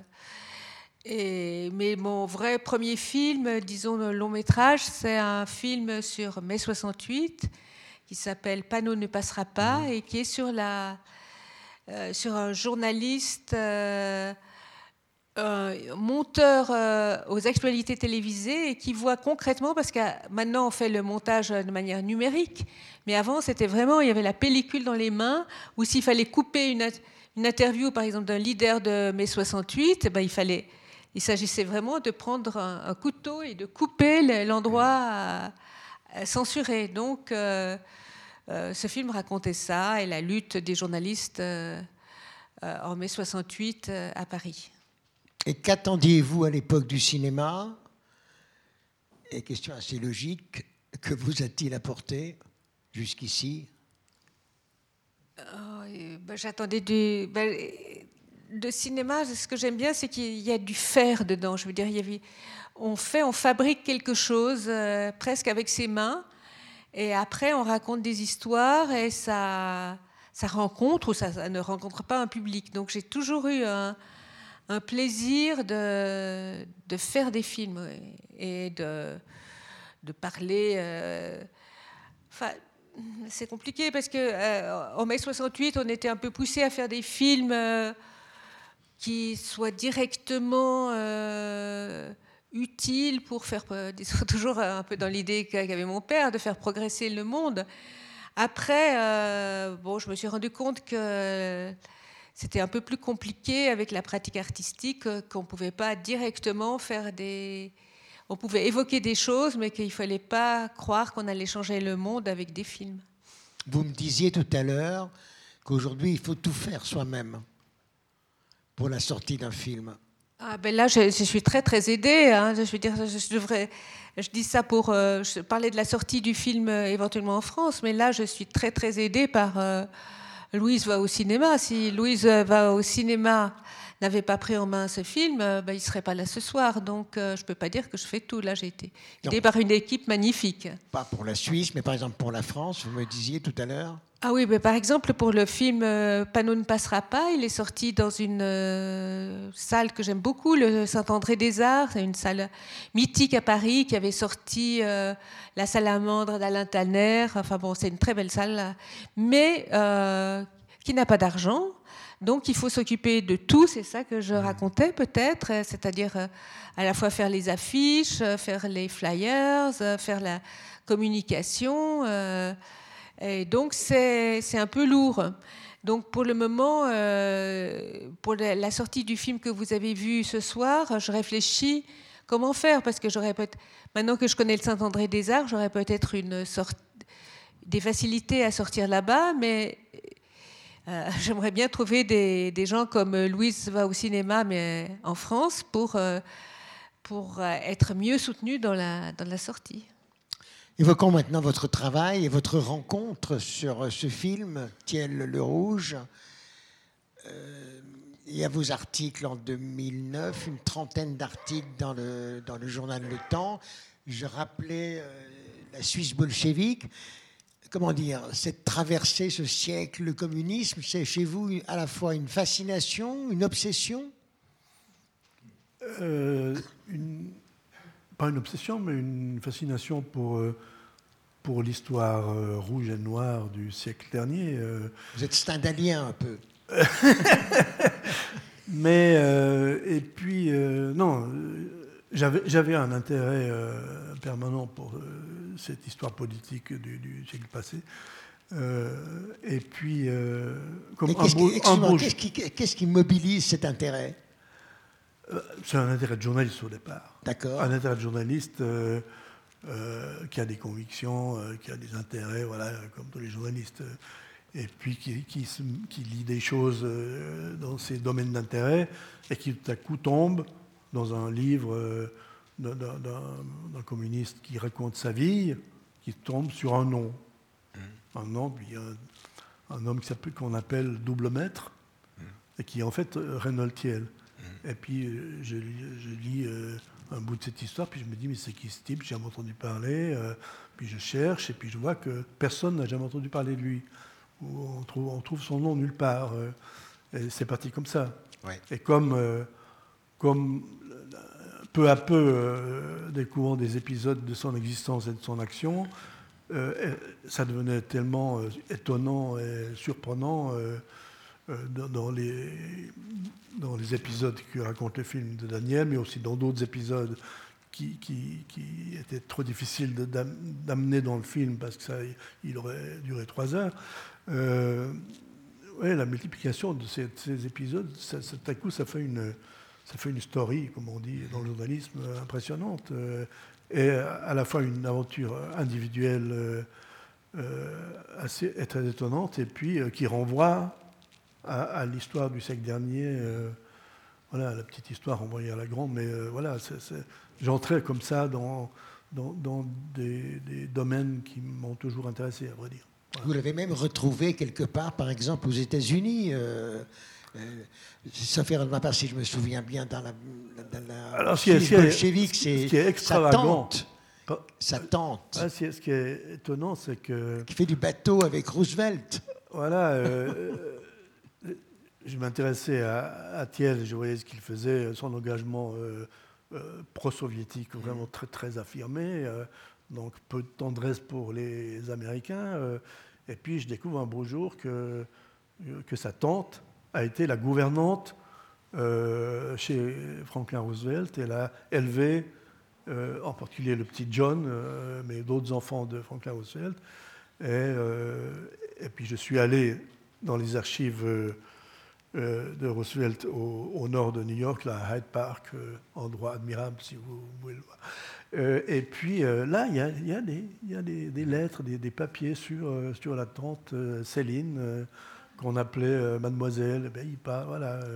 [SPEAKER 4] et, mais mon vrai premier film, disons le long-métrage, c'est un film sur mai soixante-huit, qui s'appelle Panneau ne passera pas, mmh. et qui est sur, la, euh, sur un journaliste, euh, un monteur euh, aux actualités télévisées, et qui voit concrètement, parce que maintenant on fait le montage de manière numérique, mais avant c'était vraiment, il y avait la pellicule dans les mains, où s'il fallait couper une, une interview, par exemple, d'un leader de mai soixante-huit, eh ben, il fallait, il s'agissait vraiment de prendre un, un couteau et de couper l'endroit à, censuré. Donc, euh, euh, ce film racontait ça et la lutte des journalistes euh, euh, en mai soixante-huit euh, à Paris.
[SPEAKER 3] Et qu'attendiez-vous à l'époque du cinéma ? Et question assez logique, que vous a-t-il apporté jusqu'ici ?
[SPEAKER 4] oh, ben, J'attendais du... Ben, de cinéma, ce que j'aime bien, c'est qu'il y a du faire dedans. Je veux dire, il y avait... On fait, on fabrique quelque chose euh, presque avec ses mains, et après on raconte des histoires et ça, ça rencontre ou ça, ça ne rencontre pas un public. Donc j'ai toujours eu un, un plaisir de, de faire des films et de, de parler. Euh, enfin, c'est compliqué parce que euh, en mai soixante-huit, on était un peu poussé à faire des films euh, qui soient directement euh, utile pour faire, disons, toujours un peu dans l'idée qu'avait mon père, de faire progresser le monde. Après, euh, bon, je me suis rendu compte que c'était un peu plus compliqué avec la pratique artistique, qu'on ne pouvait pas directement faire des... On pouvait évoquer des choses, mais qu'il ne fallait pas croire qu'on allait changer le monde avec des films.
[SPEAKER 3] Vous me disiez tout à l'heure qu'aujourd'hui, il faut tout faire soi-même pour la sortie d'un film.
[SPEAKER 4] Ah ben là, je, je suis très très aidée. Hein. Je veux dire, je, je devrais. Je dis ça pour euh, je parler de la sortie du film euh, éventuellement en France, mais là, je suis très très aidée par euh, Louise va au cinéma. Si Louise va au cinéma n'avait pas pris en main ce film, euh, ben, il serait pas là ce soir. Donc, euh, je peux pas dire que je fais tout. Là, j'ai été aidée par une équipe magnifique.
[SPEAKER 3] Pas pour la Suisse, mais par exemple pour la France. Vous me disiez tout à l'heure.
[SPEAKER 4] Ah oui, mais par exemple, pour le film euh, Panneau ne passera pas, il est sorti dans une euh, salle que j'aime beaucoup, le Saint-André-des-Arts. C'est une salle mythique à Paris qui avait sorti euh, La Salamandre d'Alain Tanner. Enfin bon, c'est une très belle salle, là. mais euh, qui n'a pas d'argent. Donc il faut s'occuper de tout, c'est ça que je racontais peut-être, c'est-à-dire euh, à la fois faire les affiches, faire les flyers, faire la communication. Euh, Et donc, c'est, c'est un peu lourd. Donc, pour le moment, euh, pour la, la sortie du film que vous avez vu ce soir, je réfléchis comment faire, parce que j'aurais peut-être, maintenant que je connais le Saint-André-des-Arts, j'aurais peut-être une sorte, des facilités à sortir là-bas, mais euh, j'aimerais bien trouver des, des gens comme Louise va au cinéma, mais en France, pour, euh, pour être mieux soutenus dans la, dans la sortie.
[SPEAKER 3] Évoquons maintenant votre travail et votre rencontre sur ce film, Thiel le Rouge. Euh, il y a vos articles en deux mille neuf, une trentaine d'articles dans le, dans le journal Le Temps. Je rappelais euh, la Suisse bolchevique. Comment dire, cette traversée, ce siècle, le communisme, c'est chez vous à la fois une fascination, une obsession
[SPEAKER 5] euh, une... Pas une obsession, mais une fascination pour, pour l'histoire rouge et noire du siècle dernier.
[SPEAKER 3] Vous êtes stendhalien un peu.
[SPEAKER 5] Mais, euh, et puis, euh, non, j'avais, j'avais un intérêt euh, permanent pour euh, cette histoire politique du, du siècle passé. Euh, et puis, euh, comme
[SPEAKER 3] et qu'est-ce,
[SPEAKER 5] un beau,
[SPEAKER 3] qui,
[SPEAKER 5] un beau...
[SPEAKER 3] qu'est-ce, qui, qu'est-ce qui mobilise cet intérêt ?
[SPEAKER 5] C'est un intérêt de journaliste au départ.
[SPEAKER 3] D'accord.
[SPEAKER 5] Un intérêt de journaliste euh, euh, qui a des convictions, euh, qui a des intérêts, voilà, comme tous les journalistes, et puis qui, qui, qui lit des choses euh, dans ses domaines d'intérêt et qui tout à coup tombe dans un livre euh, d'un, d'un, d'un communiste qui raconte sa vie, qui tombe sur un nom. Mmh. Un nom, puis un, un homme qui s'appelle, qu'on appelle Double Maître, mmh. et qui est en fait Reinhold Thiel. Et puis, je, je lis euh, un bout de cette histoire, puis je me dis, mais c'est qui ce type ? J'ai jamais entendu parler. Euh, puis je cherche, et puis je vois que personne n'a jamais entendu parler de lui. On trouve, on trouve son nom nulle part. Euh, et c'est parti comme ça. Ouais. Et comme, euh, comme peu à peu, euh, découvrant des épisodes de son existence et de son action, euh, ça devenait tellement euh, étonnant et surprenant euh, euh, dans, dans les... dans les épisodes que raconte le film de Daniel, mais aussi dans d'autres épisodes qui, qui, qui étaient trop difficiles de, d'amener dans le film parce que ça, il aurait duré trois heures. Euh, ouais, la multiplication de ces, de ces épisodes, ça, ça, tout à coup, ça fait, une, ça fait une story, comme on dit dans le journalisme, impressionnante. Euh, et à la fois une aventure individuelle euh, euh, assez, très étonnante, et puis euh, qui renvoie À, à l'histoire du siècle dernier, euh, voilà, la petite histoire envoyée à la grande, mais euh, voilà, c'est, c'est, j'entrais comme ça dans, dans, dans des, des domaines qui m'ont toujours intéressé, à vrai dire. Voilà.
[SPEAKER 3] Vous l'avez même retrouvé quelque part, par exemple, aux États-Unis. Euh, euh, ça fait de ma part, si je me souviens bien, dans la, dans la
[SPEAKER 5] Alors, ce qui est,
[SPEAKER 3] bolchevique, c'est
[SPEAKER 5] ce qui est extravagant.
[SPEAKER 3] sa tante. Sa tante.
[SPEAKER 5] Ah, ce qui est étonnant, c'est que...
[SPEAKER 3] Qui fait du bateau avec Roosevelt.
[SPEAKER 5] Voilà. Euh, Je m'intéressais à, à Thiel, je voyais ce qu'il faisait, son engagement euh, euh, pro-soviétique vraiment très, très affirmé, euh, donc peu de tendresse pour les Américains. Euh, et puis je découvre un beau jour que, que sa tante a été la gouvernante euh, chez Franklin Roosevelt. Elle a élevé, euh, en particulier le petit John, euh, mais d'autres enfants de Franklin Roosevelt. Et, euh, et puis je suis allé dans les archives... Euh, de Roosevelt au, au nord de New York, là, à Hyde Park, euh, endroit admirable si vous, vous voulez le voir. Euh, et puis euh, là, il y a, y a, des, y a des, des lettres, des, des papiers sur, euh, sur la tante euh, Céline, euh, qu'on appelait euh, Mademoiselle. Ben, il part, voilà, euh,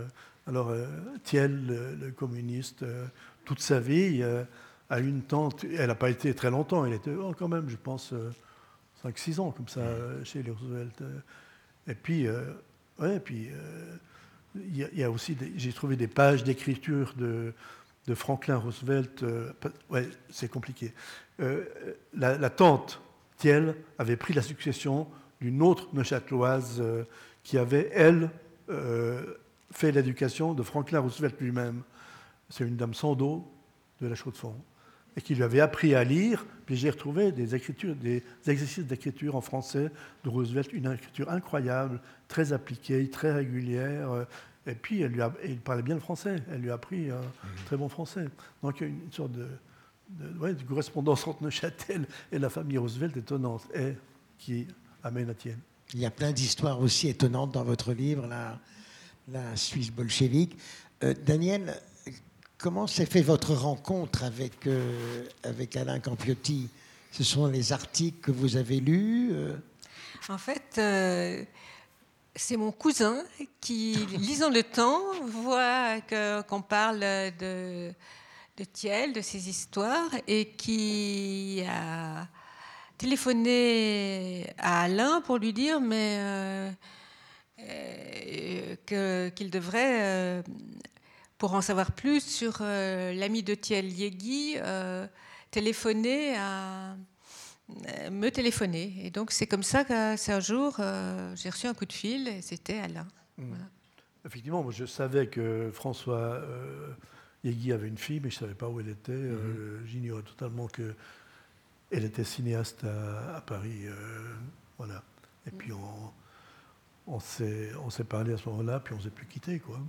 [SPEAKER 5] Alors, euh, Thiel, le, le communiste, euh, toute sa vie, euh, a une tante, elle n'a pas été très longtemps, elle était oh, quand même, je pense, euh, cinq six ans, comme ça, euh, chez les Roosevelt. Et puis, euh, ouais, puis il euh, y, y a aussi, des, j'ai trouvé des pages d'écriture de, de Franklin Roosevelt. Euh, ouais, c'est compliqué. Euh, la, la tante Thiel avait pris la succession d'une autre neuchâteloise euh, qui avait, elle, euh, fait l'éducation de Franklin Roosevelt lui-même. C'est une dame sans dos de la Chaux-de-Fonds, et qui lui avait appris à lire. Puis j'ai retrouvé des, écritures, des exercices d'écriture en français de Roosevelt, une écriture incroyable, très appliquée, très régulière. Et puis elle lui a, il parlait bien le français, elle lui a appris un mmh. très bon français. Donc il y a une sorte de, de, ouais, de correspondance entre Neuchâtel et la famille Roosevelt étonnante, et qui amène à Thiel.
[SPEAKER 3] Il y a plein d'histoires aussi étonnantes dans votre livre, la, la Suisse bolchevique. Euh, Daniel, comment s'est fait votre rencontre avec, euh, avec Alain Campiotti? Ce sont les articles que vous avez lus euh...
[SPEAKER 4] En fait, euh, c'est mon cousin qui, lisant Le Temps, voit que, qu'on parle de, de Thiel, de ses histoires, et qui a téléphoné à Alain pour lui dire mais, euh, euh, que, qu'il devrait... Euh, pour en savoir plus sur euh, l'ami de Thiel, Yegui, euh, téléphoner à, euh, me téléphoner. Et donc, c'est comme ça que c'est un jour, euh, j'ai reçu un coup de fil, et c'était Alain. Mmh. Voilà.
[SPEAKER 5] Effectivement, moi, je savais que François euh, Yegui avait une fille, mais je ne savais pas où elle était. Mmh. Euh, j'ignorais totalement qu'elle était cinéaste à, à Paris. Euh, voilà. Et mmh. puis, on... On s'est, on s'est parlé à ce moment-là, puis on ne s'est plus quitté, quoi.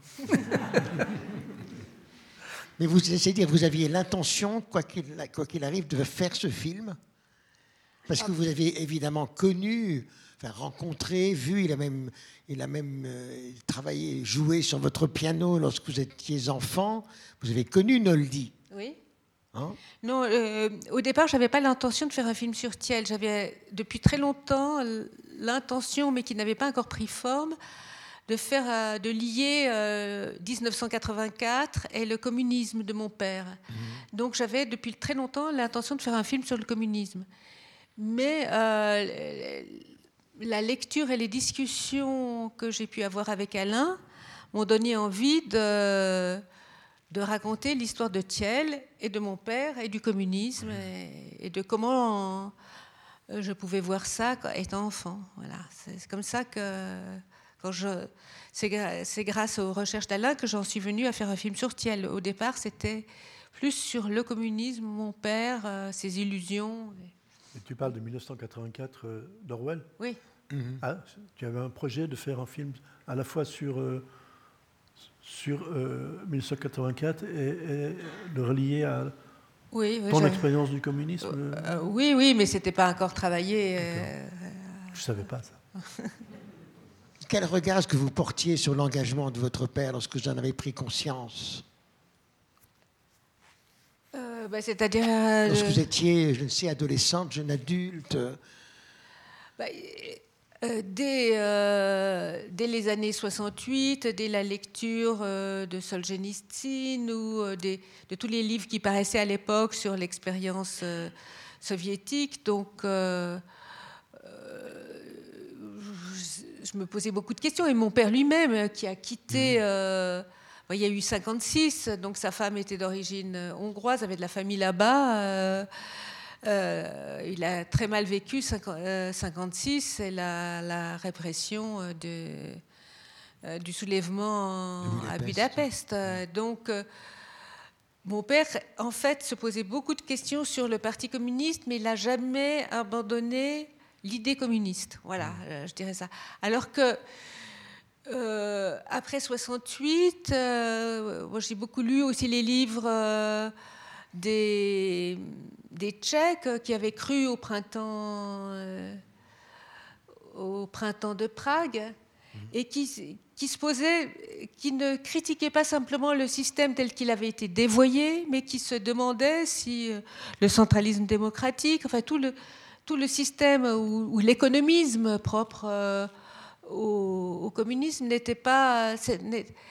[SPEAKER 3] Mais vous, c'est-à-dire, vous aviez l'intention, quoi qu'il, quoi qu'il arrive, de faire ce film, parce que vous avez évidemment connu, enfin rencontré, vu, il a même, il a même euh, travaillé, joué sur votre piano lorsque vous étiez enfant. Vous avez connu Noldi.
[SPEAKER 4] Oui.
[SPEAKER 3] Hein?
[SPEAKER 4] Non, euh, au départ, je n'avais pas l'intention de faire un film sur Thiel. J'avais depuis très longtemps l'intention, mais qui n'avait pas encore pris forme, de, faire, de lier euh, dix-neuf cent quatre-vingt-quatre et le communisme de mon père. Mmh. Donc j'avais depuis très longtemps l'intention de faire un film sur le communisme. Mais euh, la lecture et les discussions que j'ai pu avoir avec Alain m'ont donné envie de... de raconter l'histoire de Thiel et de mon père et du communisme et, et de comment je pouvais voir ça étant enfant. Voilà. C'est comme ça que, quand je, c'est, c'est grâce aux recherches d'Alain que j'en suis venue à faire un film sur Thiel. Au départ, c'était plus sur le communisme, mon père, euh, ses illusions.
[SPEAKER 5] Et tu parles de dix-neuf cent quatre-vingt-quatre euh, d'Orwell ?
[SPEAKER 4] Oui.
[SPEAKER 5] Mm-hmm. Ah, tu avais un projet de faire un film à la fois sur... Euh, sur euh, dix-neuf cent quatre-vingt-quatre et, et le relier à
[SPEAKER 4] oui, oui,
[SPEAKER 5] ton
[SPEAKER 4] j'avais...
[SPEAKER 5] expérience du communisme.
[SPEAKER 4] Euh, oui, oui, mais c'était pas encore travaillé. Euh...
[SPEAKER 5] Je savais pas ça.
[SPEAKER 3] Quel regard est-ce que vous portiez sur l'engagement de votre père lorsque vous en avez pris conscience ?
[SPEAKER 4] euh, bah, C'est-à-dire... Euh,
[SPEAKER 3] lorsque vous étiez, je ne sais, adolescente, jeune adulte.
[SPEAKER 4] Bah, Euh, dès, euh, dès les années soixante-huit, dès la lecture euh, de Solzhenitsyn ou euh, des, de tous les livres qui paraissaient à l'époque sur l'expérience euh, soviétique. Donc, euh, euh, je, je me posais beaucoup de questions. Et mon père lui-même, qui a quitté... Euh, bon, il y a eu cinquante-six, donc sa femme était d'origine hongroise, avait de la famille là-bas. Euh, Euh, il a très mal vécu cinquante-six et la, la répression de, euh, du soulèvement Budapest. à Budapest. Ouais. Donc, euh, mon père, en fait, se posait beaucoup de questions sur le Parti communiste, mais il n'a jamais abandonné l'idée communiste. Voilà, euh, je dirais ça. Alors que euh, après soixante-huit, euh, moi, j'ai beaucoup lu aussi les livres. Euh, Des, des Tchèques qui avaient cru au printemps, euh, au printemps de Prague mmh. et qui, qui se posaient, qui ne critiquaient pas simplement le système tel qu'il avait été dévoyé, mais qui se demandaient si euh, le centralisme démocratique, enfin tout le, tout le système ou, ou l'économisme propre euh, au, au communisme n'était pas...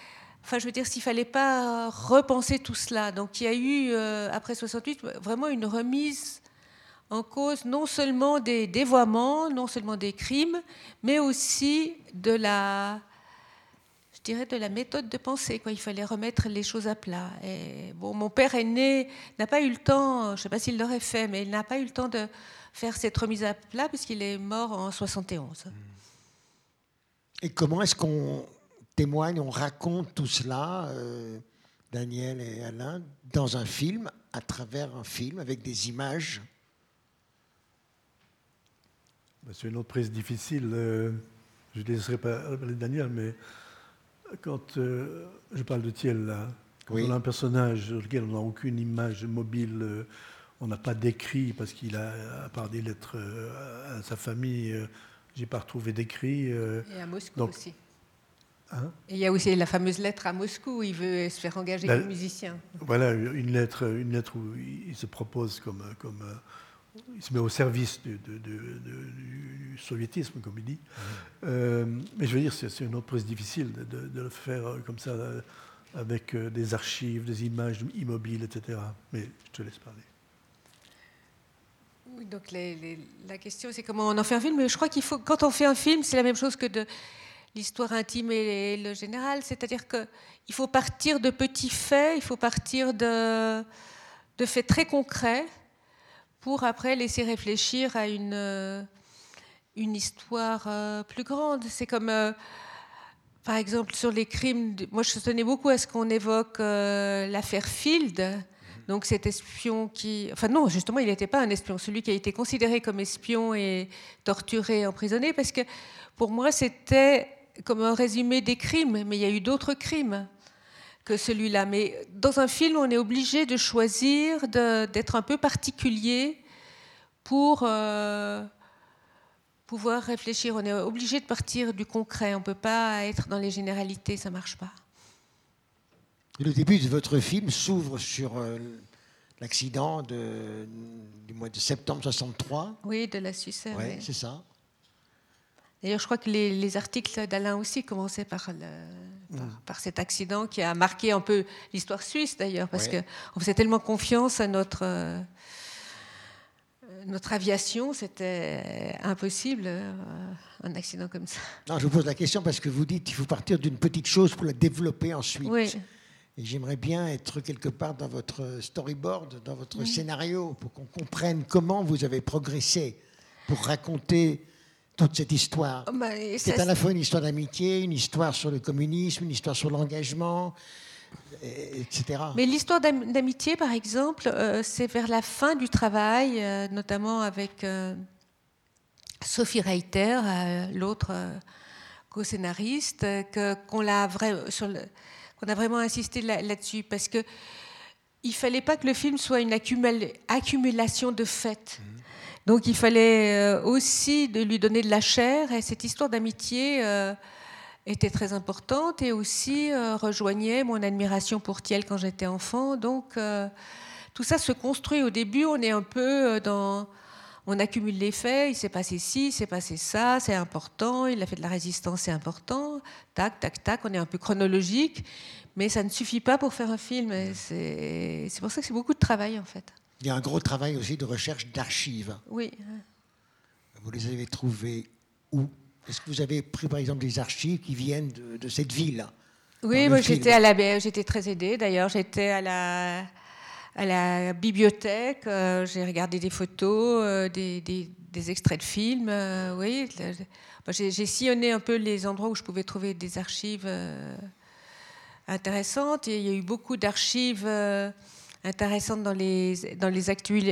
[SPEAKER 4] enfin, je veux dire, s'il ne fallait pas repenser tout cela. Donc, il y a eu, euh, après soixante-huit, vraiment une remise en cause non seulement des dévoiements, non seulement des crimes, mais aussi de la, je dirais, de la méthode de pensée, quoi. Il fallait remettre les choses à plat. Et, bon, mon père aîné n'a pas eu le temps, je ne sais pas s'il l'aurait fait, mais il n'a pas eu le temps de faire cette remise à plat puisqu'il est mort en soixante et onze.
[SPEAKER 3] Et comment est-ce qu'on témoigne, on raconte tout cela, euh, Daniel et Alain, dans un film, à travers un film, avec des images?
[SPEAKER 5] C'est une autre prise difficile. Je ne laisserai pas parler de Daniel, mais quand euh, je parle de Thiel, là, quand oui. on a un personnage sur lequel on n'a aucune image mobile, euh, on n'a pas d'écrit, parce qu'il a, à part des lettres euh, à sa famille, euh, je n'ai pas retrouvé d'écrit. Euh,
[SPEAKER 4] Et à Moscou
[SPEAKER 5] donc,
[SPEAKER 4] aussi.
[SPEAKER 5] Hein?
[SPEAKER 4] Et il y a aussi la fameuse lettre à Moscou où il veut se faire engager
[SPEAKER 5] la,
[SPEAKER 4] comme musicien.
[SPEAKER 5] Voilà, une lettre, une lettre où il se propose comme... comme il se met au service du, de, de, de, du soviétisme, comme il dit. Mmh. Euh, mais je veux dire, c'est, c'est une autre prise difficile de, de, de le faire comme ça, avec des archives, des images immobiles, et cetera. Mais je te laisse parler.
[SPEAKER 4] Oui, donc les, les, la question, c'est comment on en fait un film. Mais je crois qu'il faut, quand on fait un film, c'est la même chose que de l'histoire intime et le général. C'est-à-dire qu'il faut partir de petits faits, il faut partir de, de faits très concrets, pour après laisser réfléchir à une, euh, une histoire euh, plus grande. C'est comme, euh, par exemple, sur les crimes... De, moi, je tenais beaucoup à ce qu'on évoque euh, l'affaire Field, donc cet espion qui... Enfin non, justement, il n'était pas un espion, celui qui a été considéré comme espion et torturé, emprisonné, parce que pour moi, c'était comme un résumé des crimes, mais il y a eu d'autres crimes que celui-là. Mais dans un film, on est obligé de choisir, de, d'être un peu particulier pour euh, pouvoir réfléchir. On est obligé de partir du concret. On ne peut pas être dans les généralités, ça ne marche pas.
[SPEAKER 3] Le début de votre film s'ouvre sur euh, l'accident de, du mois de septembre soixante-trois.
[SPEAKER 4] Oui, de la Suisse.
[SPEAKER 3] Ouais,
[SPEAKER 4] oui,
[SPEAKER 3] c'est ça.
[SPEAKER 4] D'ailleurs, je crois que les, les articles d'Alain aussi commençaient par, le, par, mmh. par cet accident qui a marqué un peu l'histoire suisse, d'ailleurs, parce ouais. qu'on faisait tellement confiance à notre, euh, notre aviation, c'était impossible, euh, un accident comme ça.
[SPEAKER 3] Non, je vous pose la question parce que vous dites qu'il faut partir d'une petite chose pour la développer ensuite.
[SPEAKER 4] Oui.
[SPEAKER 3] Et j'aimerais bien être quelque part dans votre storyboard, dans votre mmh. scénario, pour qu'on comprenne comment vous avez progressé pour raconter toute cette histoire.
[SPEAKER 4] Bah,
[SPEAKER 3] c'est à la fois une histoire d'amitié, une histoire sur le communisme, une histoire sur l'engagement, et cetera.
[SPEAKER 4] Mais l'histoire d'amitié, par exemple, euh, c'est vers la fin du travail, euh, notamment avec euh, Sophie Reiter, euh, l'autre euh, co-scénariste, que, qu'on, l'a vra- sur le, qu'on a vraiment insisté là, là-dessus, parce que il fallait pas que le film soit une accumul- accumulation de faits. Mmh. Donc il fallait aussi de lui donner de la chair, et cette histoire d'amitié euh, était très importante et aussi euh, rejoignait mon admiration pour Thiel quand j'étais enfant. Donc euh, tout ça se construit. Au début, on est un peu dans... On accumule les faits, il s'est passé ci, il s'est passé ça, c'est important, il a fait de la résistance, c'est important, tac, tac, tac, on est un peu chronologique, mais ça ne suffit pas pour faire un film. C'est, c'est pour ça que c'est beaucoup de travail, en fait.
[SPEAKER 3] Il y a un gros travail aussi de recherche d'archives.
[SPEAKER 4] Oui.
[SPEAKER 3] Vous les avez trouvées où ? Est-ce que vous avez pris, par exemple, des archives qui viennent de, de cette ville ?
[SPEAKER 4] Oui, moi, j'étais, à la, j'étais très aidée. D'ailleurs, j'étais à la, à la bibliothèque. Euh, j'ai regardé des photos, euh, des, des, des extraits de films. Euh, oui, j'ai, j'ai sillonné un peu les endroits où je pouvais trouver des archives euh, intéressantes. Et il y a eu beaucoup d'archives... Euh, intéressante dans les, dans les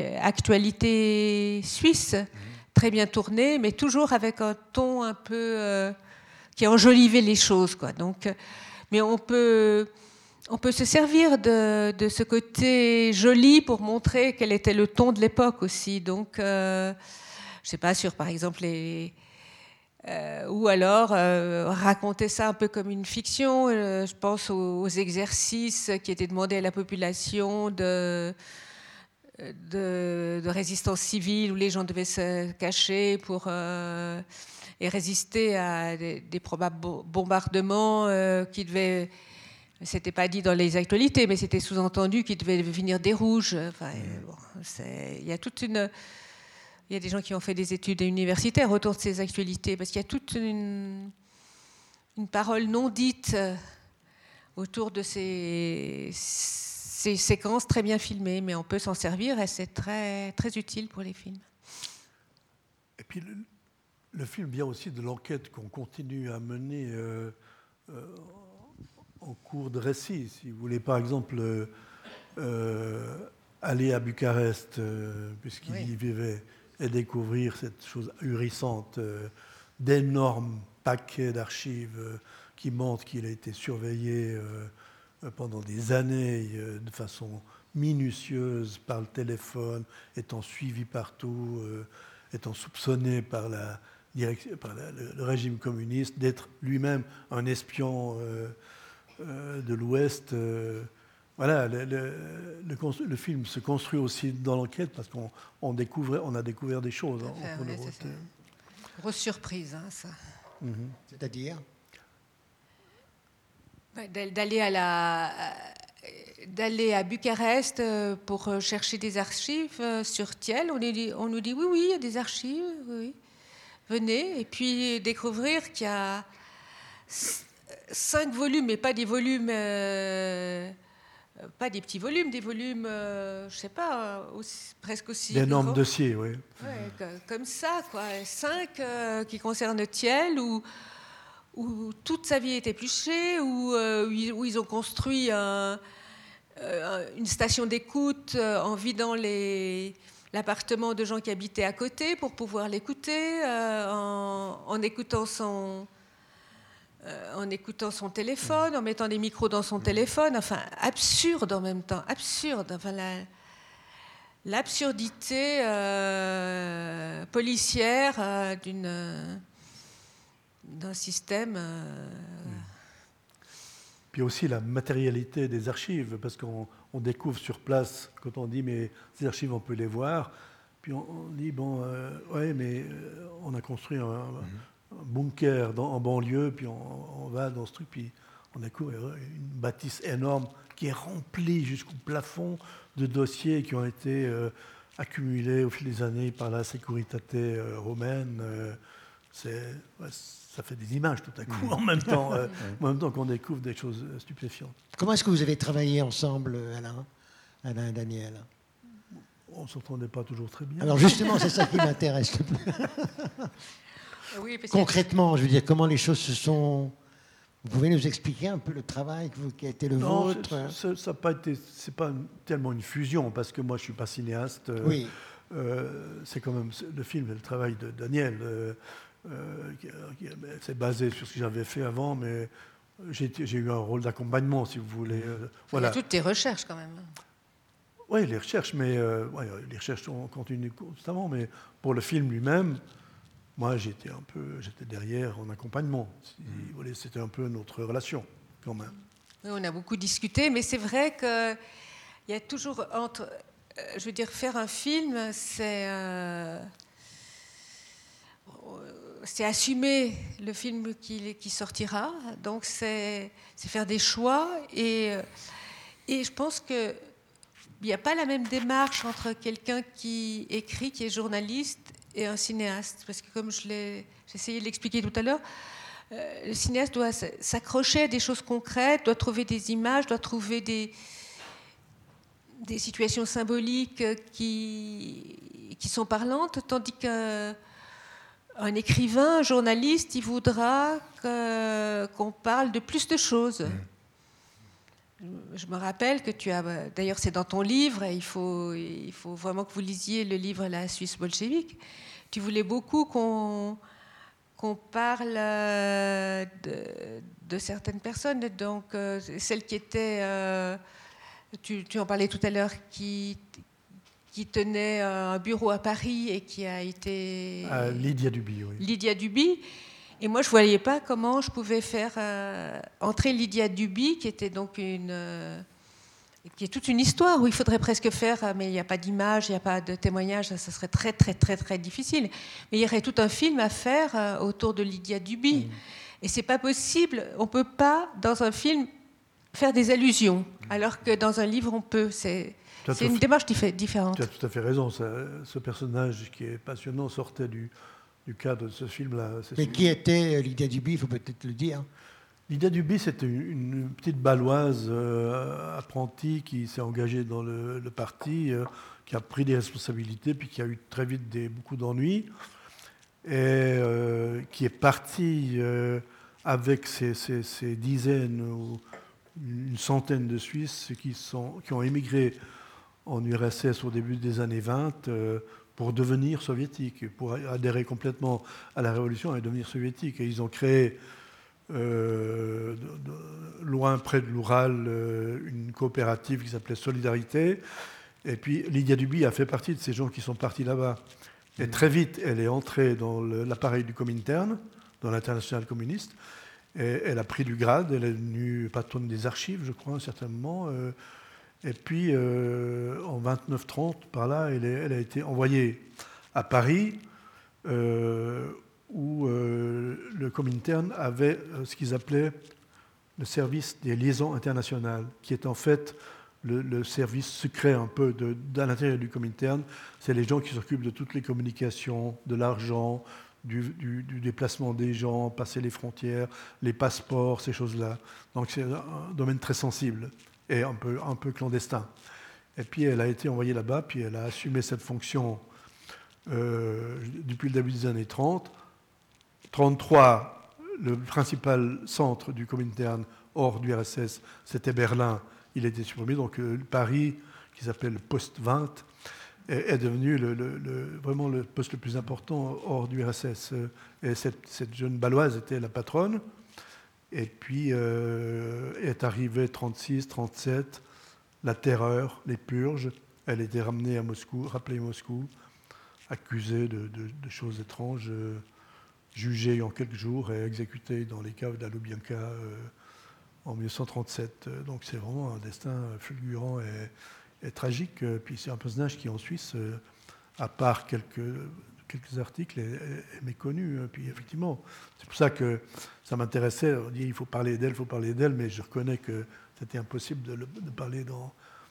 [SPEAKER 4] actualités suisses, mmh. très bien tournées, mais toujours avec un ton un peu euh, qui enjolivait les choses, quoi. Donc, mais on peut, on peut se servir de, de ce côté joli pour montrer quel était le ton de l'époque aussi. Donc, euh, je ne sais pas, sur par exemple les... Euh, ou alors euh, raconter ça un peu comme une fiction. Euh, je pense aux, aux exercices qui étaient demandés à la population de, de, de résistance civile, où les gens devaient se cacher pour, euh, et résister à des, des probables bombardements euh, qui devaient C'était pas dit dans les actualités, mais c'était sous-entendu qu'il devait venir des Rouges. Enfin, bon, c'est, il y a toute une, il y a des gens qui ont fait des études universitaires autour de ces actualités, parce qu'il y a toute une, une parole non dite autour de ces, ces séquences très bien filmées, mais on peut s'en servir et c'est très, très utile pour les films.
[SPEAKER 5] Et puis le, le film vient aussi de l'enquête qu'on continue à mener euh, euh, en cours de récit. Si vous voulez, par exemple, euh, euh, aller à Bucarest, euh, puisqu'il oui. y vivait, et découvrir cette chose ahurissante, euh, d'énormes paquets d'archives euh, qui montrent qu'il a été surveillé euh, pendant des années euh, de façon minutieuse par le téléphone, étant suivi partout, euh, étant soupçonné par, la direction, par la, le, le régime communiste d'être lui-même un espion euh, euh, de l'Ouest. Euh, voilà, le, le, le, le film se construit aussi dans l'enquête parce qu'on on découvre, on a découvert des choses. Hein,
[SPEAKER 4] ouais, c'est grosse surprise, hein, ça.
[SPEAKER 3] Mm-hmm. C'est-à-dire
[SPEAKER 4] d'aller à la d'aller à Bucarest pour chercher des archives sur Thiel. On, est, on nous dit oui, oui, il y a des archives, oui. Venez. Et puis découvrir qu'il y a cinq volumes, mais pas des volumes, euh, pas des petits volumes, des volumes, euh, je sais pas, aussi, presque aussi.
[SPEAKER 5] D'énormes dossiers, oui.
[SPEAKER 4] Ouais, comme ça, quoi. Cinq euh, qui concernent Thiel, où, où toute sa vie est épluchée, où, euh, où ils ont construit un, euh, une station d'écoute en vidant les, l'appartement de gens qui habitaient à côté pour pouvoir l'écouter, euh, en, en écoutant son... en écoutant son téléphone, en mettant des micros dans son téléphone, enfin, absurde en même temps, absurde. Enfin, la, l'absurdité euh, policière euh, d'une, euh, d'un système... Euh...
[SPEAKER 5] Puis aussi la matérialité des archives, parce qu'on on découvre sur place, quand on dit, mais ces archives, on peut les voir, puis on, on dit, bon, euh, ouais, mais euh, on a construit un... Mm-hmm. un bunker dans, en banlieue, puis on, on va dans ce truc, puis on découvre une bâtisse énorme qui est remplie jusqu'au plafond de dossiers qui ont été euh, accumulés au fil des années par la Securitate euh, romaine. Euh, c'est, ouais, ça fait des images tout à coup, en même temps, euh, en même temps qu'on découvre des choses stupéfiantes.
[SPEAKER 3] Comment est-ce que vous avez travaillé ensemble, Alain, Alain et Daniel ?
[SPEAKER 5] On ne s'entendait pas toujours très bien.
[SPEAKER 3] Alors justement, c'est ça qui m'intéresse le plus. Oui, concrètement, je veux dire, comment les choses se sont... Vous pouvez nous expliquer un peu le travail qui a été le
[SPEAKER 5] non,
[SPEAKER 3] vôtre?
[SPEAKER 5] Ça n'a pas été... C'est pas tellement une fusion, parce que moi, je ne suis pas cinéaste.
[SPEAKER 3] Oui.
[SPEAKER 5] Euh, c'est quand même le film et le travail de Daniel. Euh, euh, qui, qui, c'est basé sur ce que j'avais fait avant, mais j'ai, j'ai eu un rôle d'accompagnement, si vous voulez. Euh, voilà.
[SPEAKER 4] Il y a toutes tes recherches, quand même.
[SPEAKER 5] Oui, les recherches, mais euh, ouais, les recherches on continue constamment, mais pour le film lui-même, moi, j'étais un peu, j'étais derrière en accompagnement. Si, mmh. voilà, c'était un peu notre relation, quand même.
[SPEAKER 4] Oui, on a beaucoup discuté, mais c'est vrai qu'il y a toujours entre, euh, je veux dire, faire un film, c'est, euh, c'est assumer le film qui, qui sortira. Donc, c'est, c'est faire des choix, et, et je pense que il n'y a pas la même démarche entre quelqu'un qui écrit, qui est journaliste, et un cinéaste. Parce que comme je l'ai, j'ai essayé de l'expliquer tout à l'heure, euh, le cinéaste doit s'accrocher à des choses concrètes, doit trouver des images, doit trouver des, des situations symboliques qui, qui sont parlantes, tandis qu'un un écrivain, un journaliste, il voudra que, qu'on parle de plus de choses. Mmh. Je me rappelle que tu as, d'ailleurs c'est dans ton livre, il faut, il faut vraiment que vous lisiez le livre La Suisse bolchevique. Tu voulais beaucoup qu'on, qu'on parle de, de certaines personnes, donc euh, celle qui était, euh, tu, tu en parlais tout à l'heure, qui, qui tenait un bureau à Paris et qui a été...
[SPEAKER 5] Euh, Lydia Duby, oui.
[SPEAKER 4] Lydia Duby. Et moi, je ne voyais pas comment je pouvais faire euh, entrer Lydia Duby, qui était donc une, euh, qui est toute une histoire où il faudrait presque faire, mais il n'y a pas d'image, il n'y a pas de témoignage, ça, ça serait très, très, très, très difficile. Mais il y aurait tout un film à faire euh, autour de Lydia Duby. Mmh. Et c'est pas possible. On peut pas, dans un film, faire des allusions, alors que dans un livre, on peut. C'est, c'est une démarche diffé- différente.
[SPEAKER 5] Tu as tout à fait raison. Ça, ce personnage qui est passionnant sortait du, du cadre de ce film-là.
[SPEAKER 3] Mais sûr. Qui était Lydia Duby, il faut peut-être le dire.
[SPEAKER 5] Lydia Duby, c'était une, une petite Baloise euh, apprentie qui s'est engagée dans le, le parti, euh, qui a pris des responsabilités, puis qui a eu très vite des, beaucoup d'ennuis, et euh, qui est partie euh, avec ses, ses, ses dizaines ou une centaine de Suisses qui, sont, qui ont émigré en U R S S au début des années vingt euh, pour devenir soviétiques, pour adhérer complètement à la révolution et devenir soviétiques. Et ils ont créé, euh, de, de, loin près de l'Oural, euh, une coopérative qui s'appelait Solidarité. Et puis Lydia Duby a fait partie de ces gens qui sont partis là-bas. Et très vite, elle est entrée dans le, l'appareil du Comintern, dans l'Internationale communiste. Et elle a pris du grade, elle est devenue patronne des archives, je crois, certainement. Euh, et puis, euh, en vingt-neuf trente, par là, elle, est, elle a été envoyée à Paris, euh, où euh, le Comintern avait ce qu'ils appelaient le service des liaisons internationales, qui est en fait le, le service secret un peu de, de l'intérieur du Comintern. C'est les gens qui s'occupent de toutes les communications, de l'argent, Du, du, du déplacement des gens, passer les frontières, les passeports, ces choses-là. Donc c'est un domaine très sensible et un peu, un peu clandestin. Et puis elle a été envoyée là-bas, puis elle a assumé cette fonction euh, depuis le début des années trente. trente-trois, le principal centre du Comintern hors du R S S, c'était Berlin. Il a été supprimé, donc euh, Paris, qui s'appelle Poste vingt, est devenu le, le, le, vraiment le poste le plus important hors du R S S. Et cette, cette jeune Baloise était la patronne. Et puis euh, est arrivée trente-six, trente-sept, la terreur, les purges. Elle était ramenée à Moscou, rappelée à Moscou, accusée de, de, de choses étranges, euh, jugée en quelques jours et exécutée dans les caves d'Alubianka euh, en mille neuf cent trente-sept. Donc c'est vraiment un destin fulgurant et est tragique. Puis c'est un personnage qui en Suisse, à part quelques, quelques articles, est, est méconnu. Puis effectivement, c'est pour ça que ça m'intéressait. On dit il faut parler d'elle, il faut parler d'elle, mais je reconnais que c'était impossible de, le, de parler dans,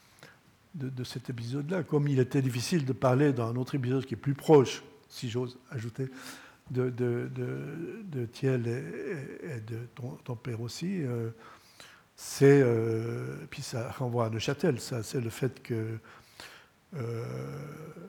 [SPEAKER 5] de, de cet épisode-là. Comme il était difficile de parler dans un autre épisode qui est plus proche, si j'ose ajouter, de, de, de, de Thiel et, et de ton, ton père aussi. Euh, C'est, euh, puis ça renvoie à Neuchâtel, ça, c'est le fait que euh,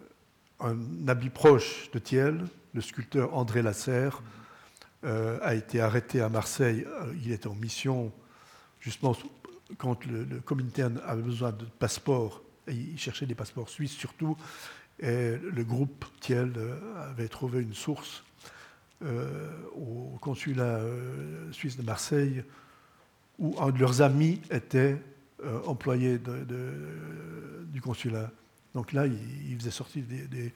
[SPEAKER 5] un habit proche de Thiel, le sculpteur André Lasserre, euh, a été arrêté à Marseille. Il était en mission, justement, quand le, le Comintern avait besoin de passeports, et il cherchait des passeports suisses surtout, et le groupe Thiel avait trouvé une source euh, au consulat euh, suisse de Marseille, où un de leurs amis était euh, employé de, de, du consulat. Donc là, il, il faisait sortir des, des,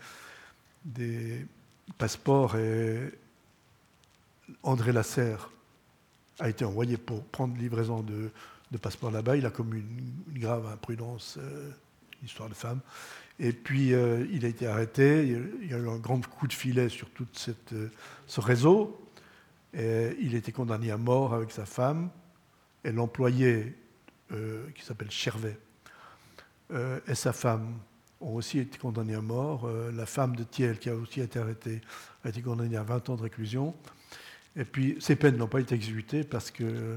[SPEAKER 5] des passeports et André Lasserre a été envoyé pour prendre livraison de, de passeports là-bas. Il a commis une, une grave imprudence, euh, une histoire de femme. Et puis, euh, il a été arrêté. Il y a eu un grand coup de filet sur tout cette, ce réseau. Et il a été condamné à mort avec sa femme. Et l'employé, euh, qui s'appelle Chervet, euh, et sa femme ont aussi été condamnés à mort. Euh, la femme de Thiel, qui a aussi été arrêtée, a été condamnée à vingt ans de réclusion. Et puis, ces peines n'ont pas été exécutées parce que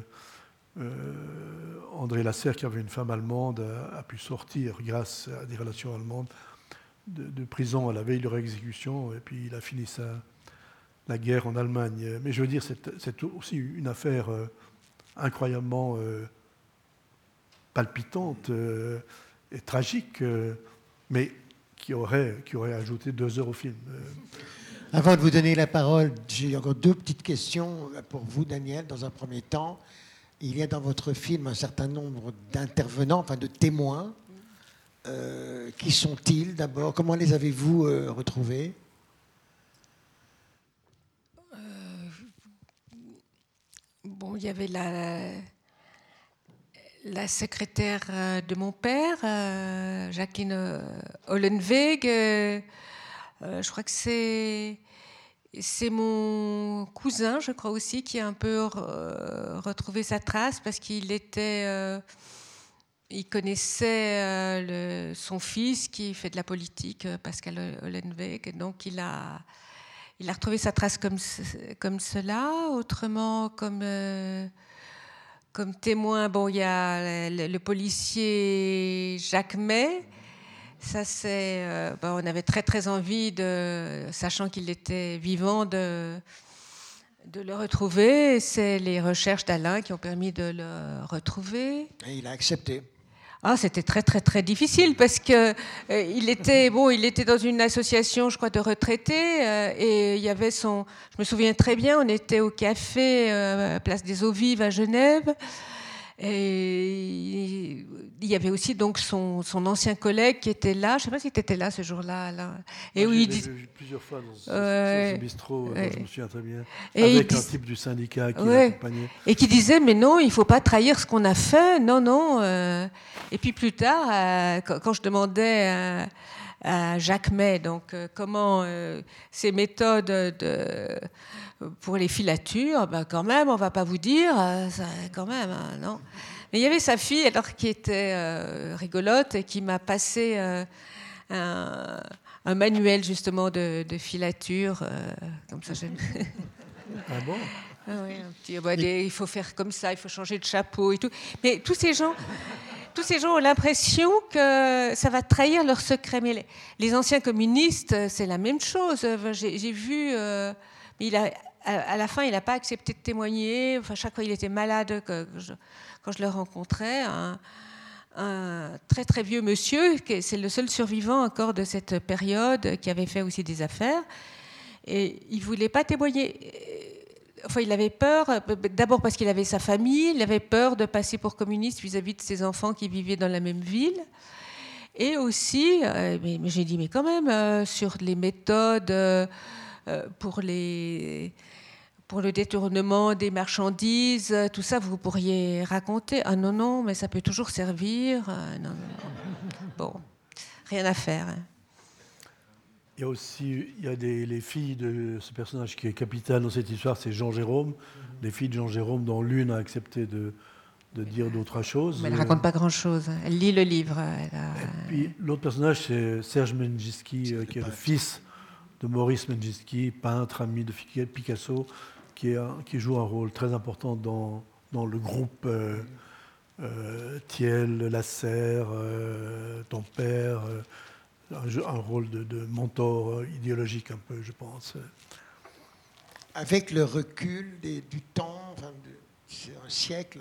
[SPEAKER 5] euh, André Lasserre, qui avait une femme allemande, a, a pu sortir, grâce à des relations allemandes, de, de prison à la veille de leur exécution. Et puis, il a fini sa, la guerre en Allemagne. Mais je veux dire, c'est, c'est aussi une affaire... Euh, incroyablement euh, palpitante euh, et tragique, euh, mais qui aurait, qui aurait ajouté deux heures au film.
[SPEAKER 3] Avant de vous donner la parole, j'ai encore deux petites questions pour vous, Daniel. Dans un premier temps, il y a dans votre film un certain nombre d'intervenants, enfin de témoins. Euh, qui sont-ils d'abord? Comment les avez-vous euh, retrouvés?
[SPEAKER 4] Bon, il y avait la, la secrétaire de mon père, euh, Jacqueline Hollenweg. Euh, euh, je crois que c'est, c'est mon cousin, je crois aussi, qui a un peu euh, retrouvé sa trace parce qu'il était, euh, il connaissait euh, le, son fils qui fait de la politique, Pascal Hollenweg, et donc il a, il a retrouvé sa trace comme, comme cela. Autrement, comme euh, comme témoin, bon, il y a le, le policier Jacques May. Ça, c'est, euh, ben, on avait très très envie, de, sachant qu'il était vivant, de, de le retrouver. C'est les recherches d'Alain qui ont permis de le retrouver.
[SPEAKER 3] Et il a accepté.
[SPEAKER 4] Ah, c'était très très très difficile parce que euh, il était bon, il était dans une association, je crois, de retraités euh, et il y avait son. Je me souviens très bien, on était au café euh, Place des Eaux Vives à Genève. Et il y avait aussi donc son, son ancien collègue qui était là. Je ne sais pas si tu étais là ce jour-là. Là. Et
[SPEAKER 5] Moi,
[SPEAKER 4] où
[SPEAKER 5] je
[SPEAKER 4] il
[SPEAKER 5] l'ai
[SPEAKER 4] dit...
[SPEAKER 5] vu plusieurs fois dans ce,
[SPEAKER 4] ouais,
[SPEAKER 5] dans ce bistrot,
[SPEAKER 4] ouais.
[SPEAKER 5] je me souviens très bien,
[SPEAKER 4] et
[SPEAKER 5] avec
[SPEAKER 4] dis...
[SPEAKER 5] un type du syndicat qui
[SPEAKER 4] ouais.
[SPEAKER 5] l'accompagnait.
[SPEAKER 4] Et qui disait, mais non, il ne faut pas trahir ce qu'on a fait. Non, non. Euh... Et puis plus tard, euh, quand, quand je demandais à, à Jacques May, donc euh, comment euh, ces méthodes de... pour les filatures, ben quand même, on ne va pas vous dire, ça, quand même, hein, non. Mais il y avait sa fille, alors, qui était euh, rigolote et qui m'a passé euh, un, un manuel, justement, de, de filature. Euh, comme ça, j'aime.
[SPEAKER 5] Ah bon?
[SPEAKER 4] Ah oui, un petit, bah, des, il faut faire comme ça, il faut changer de chapeau et tout. Mais tous ces gens... Tous ces gens ont l'impression que ça va trahir leur secret. Mais les, les anciens communistes, c'est la même chose. J'ai, j'ai vu... Euh, il a, à la fin, il n'a pas accepté de témoigner. Enfin, chaque fois, il était malade que je, quand je le rencontrais. Un, un très, très vieux monsieur, c'est le seul survivant encore de cette période, qui avait fait aussi des affaires. Et il ne voulait pas témoigner. Enfin, il avait peur, d'abord parce qu'il avait sa famille, il avait peur de passer pour communiste vis-à-vis de ses enfants qui vivaient dans la même ville. Et aussi, euh, mais, mais j'ai dit, mais quand même, euh, sur les méthodes euh, pour, les, pour le détournement des marchandises, tout ça, vous pourriez raconter. Ah non, non, mais ça peut toujours servir. Euh, non, non, non. Bon, rien à faire. Hein.
[SPEAKER 5] Il y a aussi il y a des, les filles de ce personnage qui est capital dans cette histoire, c'est Jean Jérôme. Mm-hmm. Les filles de Jean Jérôme, dont l'une a accepté de, de dire d'autres choses.
[SPEAKER 4] Mais elle ne raconte pas grand-chose. Elle lit le livre. Elle a...
[SPEAKER 5] Et puis l'autre personnage, c'est Serge Mengiski, qui est le fils de Maurice Mengiski, peintre, ami de Picasso, qui, est un, qui joue un rôle très important dans, dans le groupe euh, euh, Thiel, Lasserre, euh, ton père. Euh, Un, un rôle de, de mentor idéologique un peu, je pense.
[SPEAKER 3] Avec le recul des, du temps, enfin de, c'est un siècle,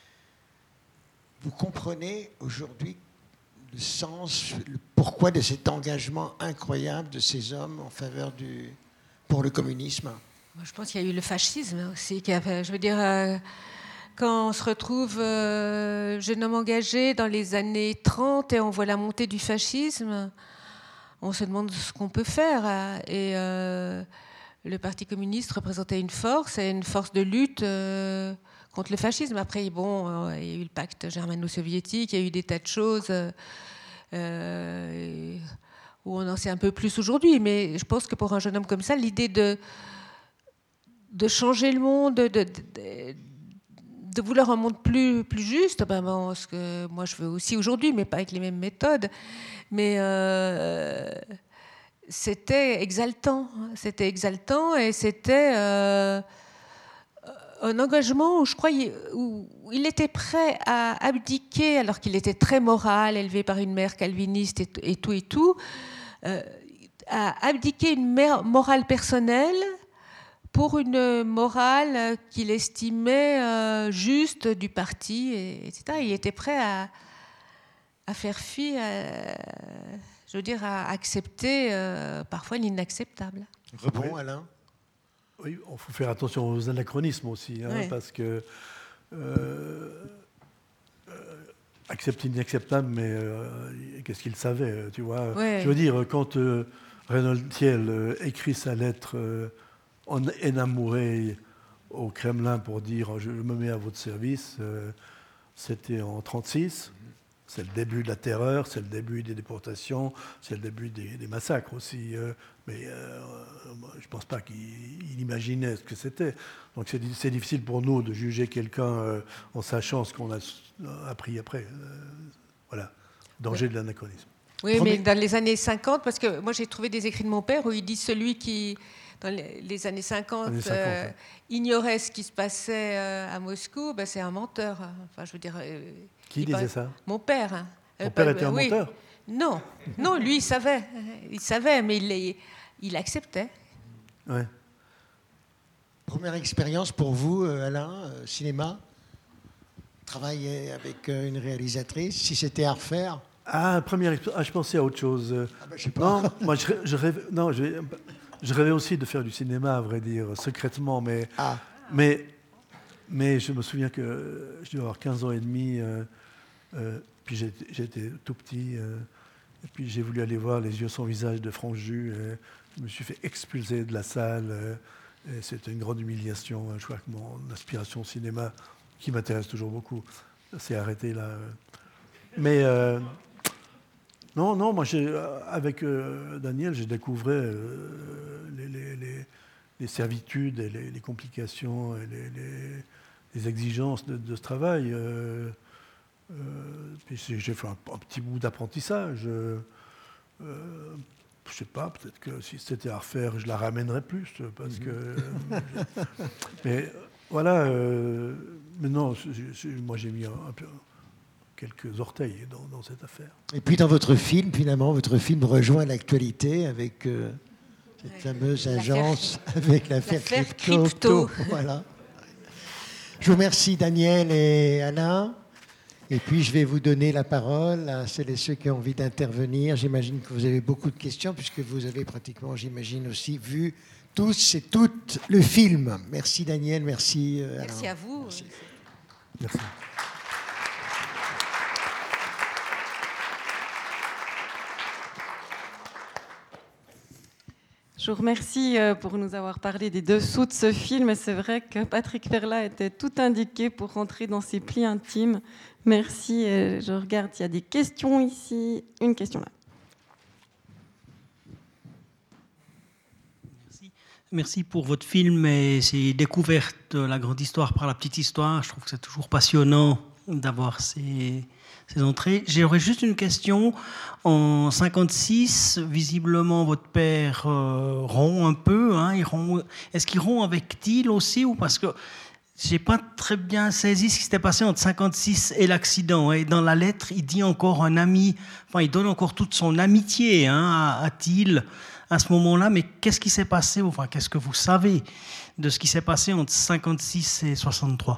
[SPEAKER 3] vous comprenez aujourd'hui le sens, le pourquoi de cet engagement incroyable de ces hommes en faveur du, pour le communisme?
[SPEAKER 4] Je pense qu'il y a eu le fascisme aussi. Qui a, je veux dire, euh, quand on se retrouve euh, jeune homme engagé dans les années trente et on voit la montée du fascisme, on se demande ce qu'on peut faire. Et euh, le Parti communiste représentait une force, et une force de lutte euh, contre le fascisme. Après, bon, euh, il y a eu le pacte germano-soviétique, il y a eu des tas de choses euh, où on en sait un peu plus aujourd'hui. Mais je pense que pour un jeune homme comme ça, l'idée de, de changer le monde, de, de, de, de vouloir un monde plus, plus juste, ben bon, ce que moi je veux aussi aujourd'hui, mais pas avec les mêmes méthodes. Mais euh, c'était exaltant, c'était exaltant et c'était euh, un engagement où je crois où il était prêt à abdiquer, alors qu'il était très moral, élevé par une mère calviniste et, et tout et tout, euh, à abdiquer une morale personnelle pour une morale qu'il estimait euh, juste du parti, et, etc. Il était prêt à, à faire fi, à, je veux dire, à accepter euh, parfois l'inacceptable.
[SPEAKER 3] Rebond, Alain?
[SPEAKER 5] Oui, il faut faire attention aux anachronismes aussi, hein, oui. Parce que euh, euh, accepter l'inacceptable, mais euh, qu'est-ce qu'il savait, tu vois? Oui. Je veux dire, quand euh, Reynold Thiel euh, écrit sa lettre euh, en énamouré au Kremlin pour dire « je me mets à votre service euh, », c'était en trente-six. c'est le début de la terreur, c'est le début des déportations, c'est le début des, des massacres aussi. Euh, mais euh, je ne pense pas qu'il imaginait ce que c'était. Donc c'est, c'est difficile pour nous de juger quelqu'un euh, en sachant ce qu'on a appris après. Euh, voilà, danger oui. de l'anachronisme.
[SPEAKER 4] Oui, Premier... mais dans les années cinquante, parce que moi j'ai trouvé des écrits de mon père où il dit celui qui, dans les années cinquante, années cinquante euh, ouais. ignorait ce qui se passait euh, à Moscou, ben, c'est un menteur. Enfin, je veux dire, euh,
[SPEAKER 5] qui disait ça?
[SPEAKER 4] Mon père. Hein.
[SPEAKER 5] Ton euh, père était un
[SPEAKER 4] oui.
[SPEAKER 5] menteur?
[SPEAKER 4] Non, non, lui il savait, il savait, mais il, il acceptait.
[SPEAKER 5] Ouais.
[SPEAKER 3] Première expérience pour vous, Alain, euh, cinéma, travailler avec euh, une réalisatrice, si c'était à refaire.
[SPEAKER 5] Ah, première expérience. Ah, je pensais à autre chose.
[SPEAKER 3] Ah ben, je sais pas.
[SPEAKER 5] Non, moi, je, je rêvais. Non, je, je rêvais aussi de faire du cinéma, à vrai dire, secrètement, mais.
[SPEAKER 3] Ah.
[SPEAKER 5] Mais, mais je me souviens que je devais avoir quinze ans et demi, euh, euh, puis j'étais, j'étais tout petit, euh, et puis j'ai voulu aller voir Les yeux sans visage de Franck Jus. Et je me suis fait expulser de la salle. Euh, et c'était une grande humiliation. Je crois que mon aspiration au cinéma, qui m'intéresse toujours beaucoup, s'est arrêtée là. Mais. Euh, Non, non, moi, j'ai, avec euh, Daniel, j'ai découvert euh, les, les, les, les servitudes et les, les complications et les, les, les exigences de, de ce travail. Euh, euh, puis j'ai fait un, un petit bout d'apprentissage. Euh, je ne sais pas, peut-être que si c'était à refaire, je la ramènerais plus. Parce que, euh, mais voilà, euh, mais non, c'est, c'est, moi, j'ai mis un, un peu... quelques orteils dans, dans cette affaire.
[SPEAKER 3] Et puis dans votre film, finalement, votre film rejoint l'actualité avec euh, cette ouais, fameuse agence, avec l'affaire, l'affaire Crypto. Crypto. Voilà. Je vous remercie Daniel et Alain. Et puis je vais vous donner la parole à celles et ceux qui ont envie d'intervenir. J'imagine que vous avez beaucoup de questions puisque vous avez pratiquement, j'imagine aussi, vu tous et toutes le film. Merci Daniel, merci Alain.
[SPEAKER 4] Merci à vous.
[SPEAKER 5] Merci. Merci.
[SPEAKER 1] Je vous remercie pour nous avoir parlé des dessous de ce film. Et c'est vrai que Patrick Verla était tout indiqué pour rentrer dans ses plis intimes. Merci. Je regarde, il y a des questions ici. Une question là.
[SPEAKER 6] Merci. Merci pour votre film et ces découvertes de la grande histoire par la petite histoire. Je trouve que c'est toujours passionnant d'avoir ces... ces entrées. J'aurais juste une question. En cinquante-six, visiblement, votre père euh, rompt un peu. Hein, il rompt. Est-ce qu'il rompt avec Thiel aussi ou parce que j'ai pas très bien saisi ce qui s'était passé entre cinquante-six et l'accident. Et dans la lettre, il dit encore un ami. Enfin, il donne encore toute son amitié hein, à, à Thiel à ce moment-là. Mais qu'est-ce qui s'est passé? Enfin, qu'est-ce que vous savez de ce qui s'est passé entre cinquante-six et soixante-trois?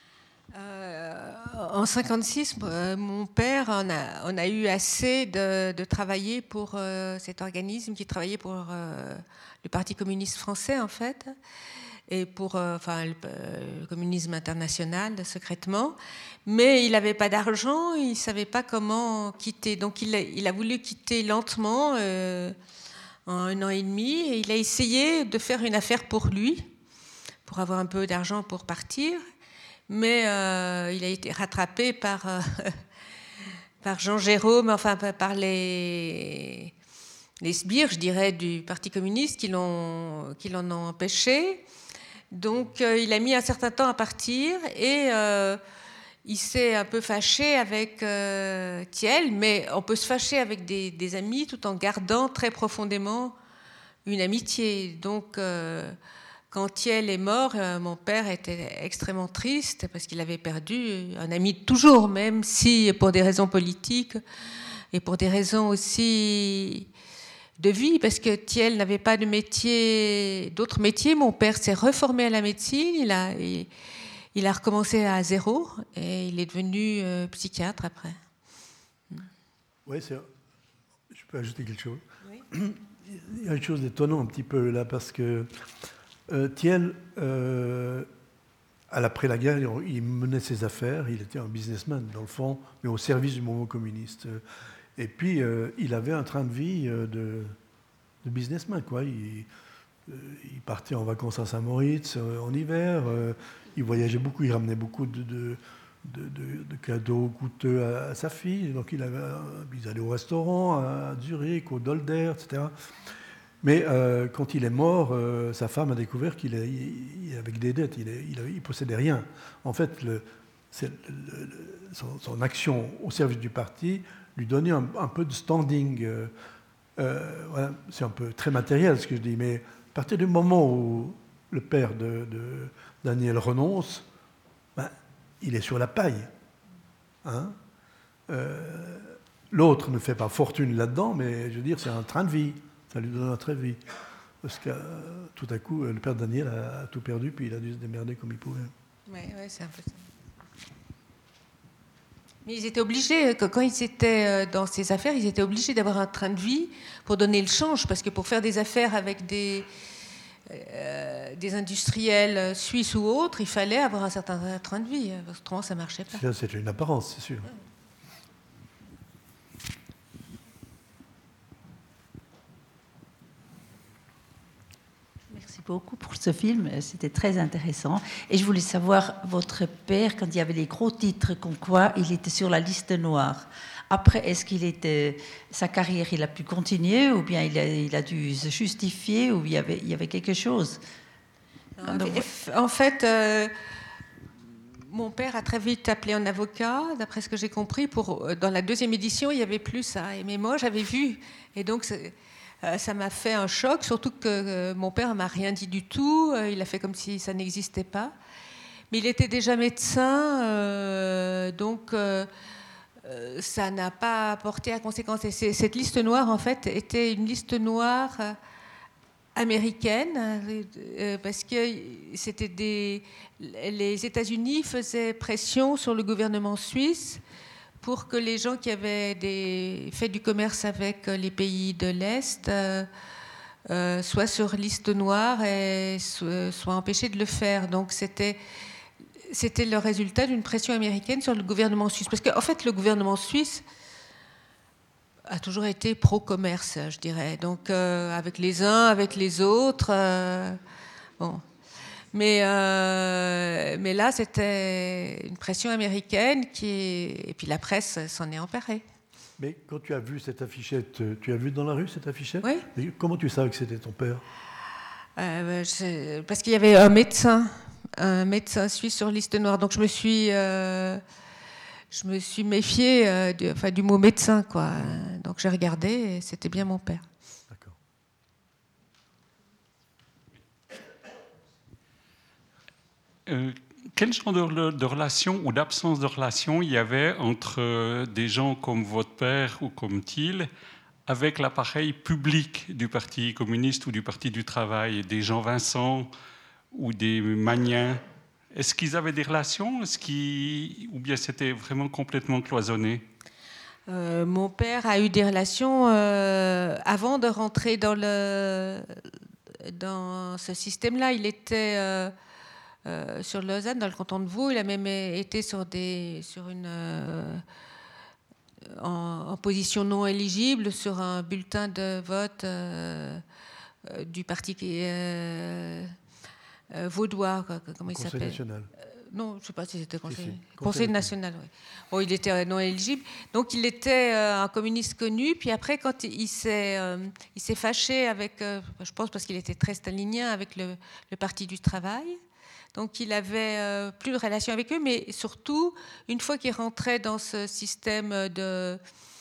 [SPEAKER 4] En cinquante-six, euh, mon père, on a, on a eu assez de, de travailler pour euh, cet organisme qui travaillait pour euh, le Parti communiste français, en fait, et pour euh, enfin, le, le communisme international, secrètement. Mais il n'avait pas d'argent, il ne savait pas comment quitter. Donc il a, il a voulu quitter lentement, euh, en un an et demi, et il a essayé de faire une affaire pour lui, pour avoir un peu d'argent pour partir. Mais euh, il a été rattrapé par, euh, par Jean Jérôme, enfin par les, les sbires, je dirais, du Parti communiste qui l'ont, qui l'en ont empêché. Donc euh, il a mis un certain temps à partir et euh, il s'est un peu fâché avec euh, Thiel, mais on peut se fâcher avec des, des amis tout en gardant très profondément une amitié. Donc... Euh, Quand Thiel est mort, euh, mon père était extrêmement triste parce qu'il avait perdu un ami de toujours, même si pour des raisons politiques et pour des raisons aussi de vie, parce que Thiel n'avait pas de métier, d'autres métiers. Mon père s'est reformé à la médecine, il a, il, il a recommencé à zéro et il est devenu euh, psychiatre après.
[SPEAKER 5] Oui, c'est... je peux ajouter quelque chose. Oui. Il y a une chose d'étonnant un petit peu là, parce que Euh, Thiel, euh, après la guerre, il menait ses affaires, il était un businessman dans le fond, mais au service du mouvement communiste. Et puis, euh, il avait un train de vie de, de businessman, quoi. Il, euh, il partait en vacances à Saint-Moritz euh, en hiver, euh, il voyageait beaucoup, il ramenait beaucoup de, de, de, de, de cadeaux coûteux à, à sa fille. Donc il avait, ils allaient au restaurant à Zurich, au Dolder, et cetera. Mais euh, quand il est mort, euh, sa femme a découvert qu'il est, il, avec des dettes, il ne possédait rien. En fait, le, le, le, son, son action au service du parti lui donnait un, un peu de standing. Euh, euh, voilà, c'est un peu très matériel ce que je dis, mais à partir du moment où le père de, de Daniel renonce, ben, il est sur la paille. Hein euh, L'autre ne fait pas fortune là-dedans, mais je veux dire, c'est un train de vie. Ça lui donne un train de vie. Parce que euh, tout à coup, le père Daniel a, a tout perdu, puis il a dû se démerder comme il pouvait.
[SPEAKER 4] Oui, ouais, c'est un peu ça. Mais ils étaient obligés, quand ils étaient dans ces affaires, ils étaient obligés d'avoir un train de vie pour donner le change, parce que pour faire des affaires avec des, euh, des industriels suisses ou autres, il fallait avoir un certain train de vie, autrement ça ne marchait pas.
[SPEAKER 5] C'est une apparence, c'est sûr.
[SPEAKER 7] Merci beaucoup pour ce film, c'était très intéressant. Et je voulais savoir, votre père, quand il y avait les gros titres, comme quoi il était sur la liste noire. Après, est-ce qu'il était, sa carrière, il a pu continuer, ou bien il a, il a dû se justifier, ou il y avait, il y avait quelque chose?
[SPEAKER 4] En, Donc, en fait, euh, mon père a très vite appelé un avocat, d'après ce que j'ai compris. Pour, dans la deuxième édition, il n'y avait plus ça. Mais moi, j'avais vu. Et donc, ça m'a fait un choc, surtout que mon père ne m'a rien dit du tout. Il a fait comme si ça n'existait pas. Mais il était déjà médecin, euh, donc euh, ça n'a pas porté à conséquence. Et cette liste noire, en fait, était une liste noire américaine, euh, parce que c'était des, les États-Unis faisaient pression sur le gouvernement suisse pour que les gens qui avaient des, fait du commerce avec les pays de l'Est euh, euh, soient sur liste noire et soient empêchés de le faire. Donc c'était, c'était le résultat d'une pression américaine sur le gouvernement suisse. Parce qu'en fait, le gouvernement suisse a toujours été pro-commerce, je dirais. Donc euh, avec les uns, avec les autres. Euh, bon. Mais, euh, mais là, c'était une pression américaine qui, et puis la presse s'en est emparée.
[SPEAKER 5] Mais quand tu as vu cette affichette, tu as vu dans la rue cette affichette?
[SPEAKER 4] Oui.
[SPEAKER 5] Et comment tu savais que c'était ton père?
[SPEAKER 4] euh, je, Parce qu'il y avait un médecin, un médecin suisse sur liste noire. Donc je me suis, euh, je me suis méfiée euh, du, enfin, du mot médecin, quoi. Donc j'ai regardé et c'était bien mon père.
[SPEAKER 5] D'accord.
[SPEAKER 8] Euh, quel genre de, de relation ou d'absence de relation il y avait entre des gens comme votre père ou comme Thiel avec l'appareil public du Parti communiste ou du Parti du travail, des Jean Vincent ou des Magnien? Est-ce qu'ils avaient des relations? Est-ce qu'ils... Ou bien c'était vraiment complètement cloisonné?
[SPEAKER 4] euh, Mon père a eu des relations euh, avant de rentrer dans, le, dans ce système-là. Il était... Euh, Euh, sur Lausanne, dans le canton de Vaud. Il a même été sur, des, sur une, euh, en, en position non éligible sur un bulletin de vote euh, euh, du parti qui est euh, euh, vaudois. Comment il
[SPEAKER 5] Conseil
[SPEAKER 4] s'appelle?
[SPEAKER 5] national.
[SPEAKER 4] Euh, non, je ne sais pas si c'était Conseil,
[SPEAKER 5] si, si.
[SPEAKER 4] Conseil,
[SPEAKER 5] Conseil
[SPEAKER 4] national. Oui. Bon, il était non éligible. Donc il était euh, un communiste connu. Puis après, quand il s'est, euh, il s'est fâché avec, euh, je pense parce qu'il était très stalinien, avec le, le Parti du travail. Donc il avait euh, plus de relation avec eux, mais surtout, une fois qu'il rentrait dans ce système de,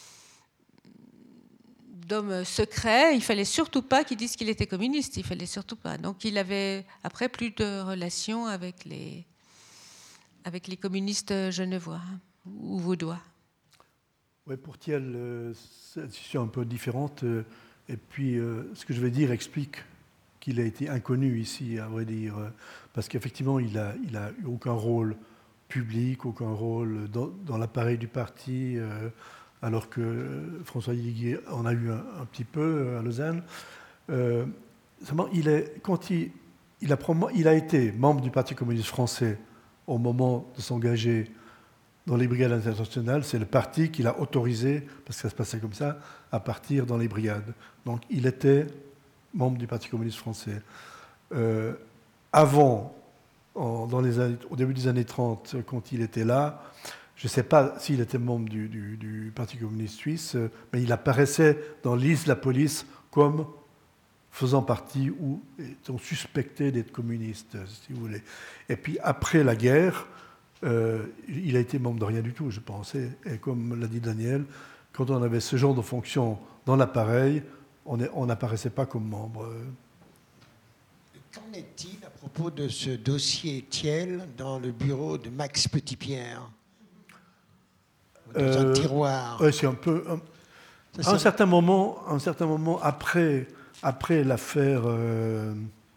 [SPEAKER 4] d'hommes secrets, il fallait surtout pas qu'il dise qu'il était communiste, il fallait surtout pas. Donc il avait après plus de relations avec les, avec les communistes genevois ou vaudois.
[SPEAKER 5] Ouais, pour Thiel, euh, c'est une situation un peu différente. Euh, et puis, euh, ce que je vais dire explique qu'il a été inconnu ici, à vrai dire, parce qu'effectivement, il n'a il a eu aucun rôle public, aucun rôle dans, dans l'appareil du parti, euh, alors que François Yiguier en a eu un, un petit peu à Lausanne. Euh, il, est, quand il, il, a, il a été membre du Parti communiste français au moment de s'engager dans les brigades internationales. C'est le parti qui l'a autorisé, parce que ça se passait comme ça, à partir dans les brigades. Donc il était membre du Parti communiste français. Euh, avant, en, dans les années, au début des années trente, quand il était là. Je ne sais pas s'il était membre du, du, du Parti communiste suisse, mais il apparaissait dans la liste de la police comme faisant partie ou étant suspecté d'être communiste, si vous voulez. Et puis après la guerre, euh, il a été membre de rien du tout, je pense. Et, et comme l'a dit Daniel, quand on avait ce genre de fonction dans l'appareil, on n'apparaissait pas comme membre.
[SPEAKER 3] Qu'en est-il à propos de ce dossier Thiel dans le bureau de Max Petitpierre? Dans euh, un tiroir.
[SPEAKER 5] Ouais, c'est un peu. Un, à un certain moment, un certain moment après, après l'affaire euh,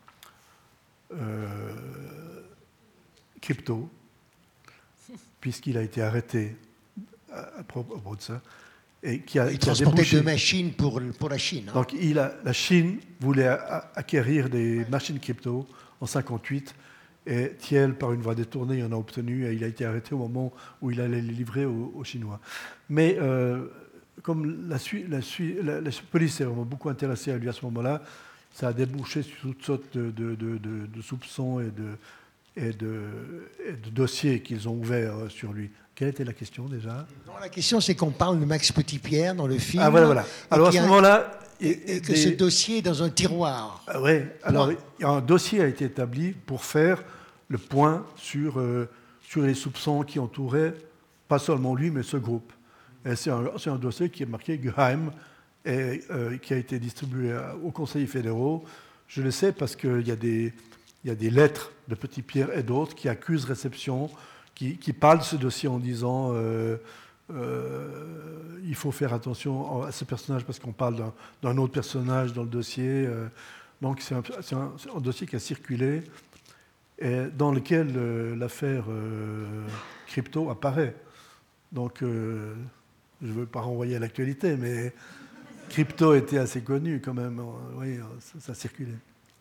[SPEAKER 5] euh, crypto, puisqu'il a été arrêté à, à propos de ça, et qui a,
[SPEAKER 3] il
[SPEAKER 5] qui a
[SPEAKER 3] transportait
[SPEAKER 5] débouché.
[SPEAKER 3] deux machines pour, pour la Chine. Hein.
[SPEAKER 5] Donc, il a, la Chine voulait a, acquérir des machines crypto en cinquante-huit. Et Thiel, par une voie détournée, il en a obtenu et il a été arrêté au moment où il allait les livrer aux, aux Chinois. Mais euh, comme la, la, la, la police s'est vraiment beaucoup intéressée à lui à ce moment-là, ça a débouché sur toutes sortes de, de, de, de, de soupçons et de, et, de, et de dossiers qu'ils ont ouverts sur lui. Quelle était la question déjà?
[SPEAKER 3] Non, la question, c'est qu'on parle de Max Petitpierre dans le film.
[SPEAKER 5] Ah voilà, voilà. Alors à ce moment-là...
[SPEAKER 3] Et, et que des... ce dossier est dans un tiroir.
[SPEAKER 5] Ah, oui, alors un dossier a été établi pour faire le point sur, euh, sur les soupçons qui entouraient, pas seulement lui, mais ce groupe. Et c'est un, c'est un dossier qui est marqué Geheim et euh, qui a été distribué aux conseillers fédéraux. Je le sais parce qu'il y a des, il y a des lettres de Petitpierre et d'autres qui accusent réception, qui, qui parlent de ce dossier en disant... Euh, Euh, il faut faire attention à ce personnage parce qu'on parle d'un, d'un autre personnage dans le dossier. Euh, donc c'est un, c'est, un, c'est un dossier qui a circulé et dans lequel euh, l'affaire euh, crypto apparaît. Donc euh, je ne veux pas renvoyer à l'actualité, mais crypto était assez connu quand même. Oui, ça, ça circulait.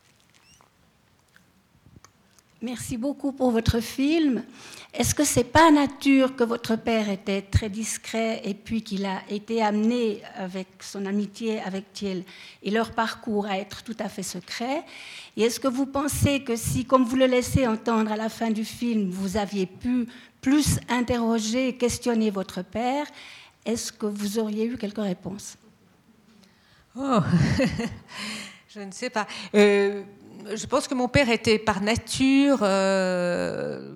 [SPEAKER 9] Merci beaucoup pour votre film. Est-ce que c'est pas nature que votre père était très discret et puis qu'il a été amené avec son amitié avec Thiel et leur parcours à être tout à fait secret? Et est-ce que vous pensez que si, comme vous le laissez entendre à la fin du film, vous aviez pu plus interroger et questionner votre père, est-ce que vous auriez eu quelques réponses?
[SPEAKER 4] Oh, je ne sais pas. Euh... Je pense que mon père était par nature, euh,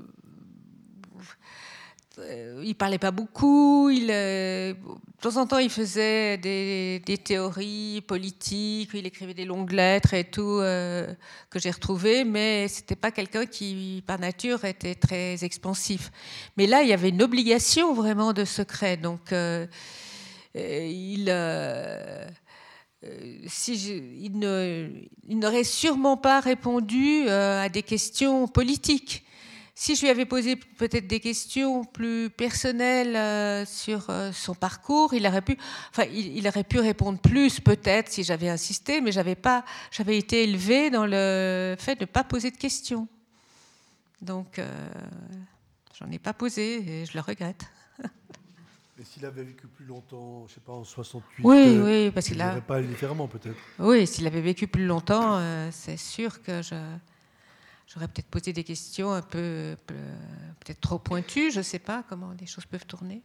[SPEAKER 4] il parlait pas beaucoup, il, euh, de temps en temps il faisait des, des théories politiques, il écrivait des longues lettres et tout euh, que j'ai retrouvées, mais c'était pas quelqu'un qui par nature était très expansif. Mais là il y avait une obligation vraiment de secret, donc euh, il... Euh, Si je, il, ne, il n'aurait sûrement pas répondu euh, à des questions politiques. Si je lui avais posé peut-être des questions plus personnelles euh, sur euh, son parcours, il aurait pu, enfin, il, il aurait pu répondre plus peut-être si j'avais insisté, mais j'avais pas, j'avais été élevée dans le fait de ne pas poser de questions. Donc, euh, j'en ai pas posé et je le regrette.
[SPEAKER 5] Mais s'il avait vécu plus longtemps, je ne sais pas, en soixante-huit,
[SPEAKER 4] oui, oui, parce qu'il
[SPEAKER 5] il n'aurait pas allé différemment peut-être.
[SPEAKER 4] Oui, s'il avait vécu plus longtemps, euh, c'est sûr que je, j'aurais peut-être posé des questions un peu, peu peut-être trop pointues. Je ne sais pas comment les choses peuvent tourner.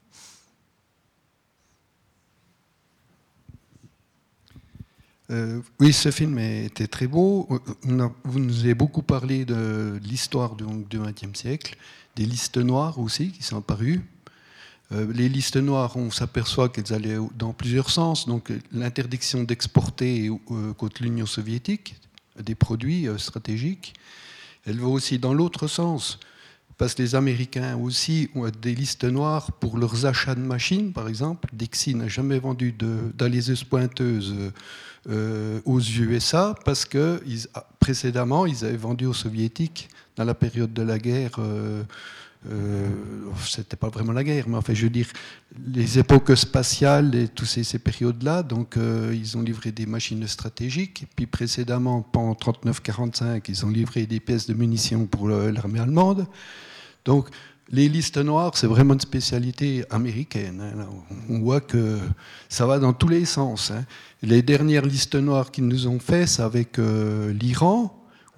[SPEAKER 10] Euh, oui, ce film était très beau. Vous nous avez beaucoup parlé de l'histoire du vingtième siècle, des listes noires aussi qui sont apparues. Euh, les listes noires, on s'aperçoit qu'elles allaient dans plusieurs sens. Donc, l'interdiction d'exporter euh, contre l'Union soviétique des produits euh, stratégiques, elle va aussi dans l'autre sens. Parce que les Américains aussi ont des listes noires pour leurs achats de machines, par exemple. Dixie n'a jamais vendu de, d'aléseuses pointeuses euh, aux U S A parce que ils, précédemment, ils avaient vendu aux Soviétiques dans la période de la guerre. Euh, Euh, c'était pas vraiment la guerre, mais enfin, je veux dire, les époques spatiales et toutes ces, ces périodes-là, donc euh, ils ont livré des machines stratégiques. Et puis précédemment, pendant trente-neuf quarante-cinq, ils ont livré des pièces de munitions pour le, l'armée allemande. Donc, les listes noires, c'est vraiment une spécialité américaine. Hein. On voit que ça va dans tous les sens. Hein. Les dernières listes noires qu'ils nous ont faites, c'est avec euh, l'Iran,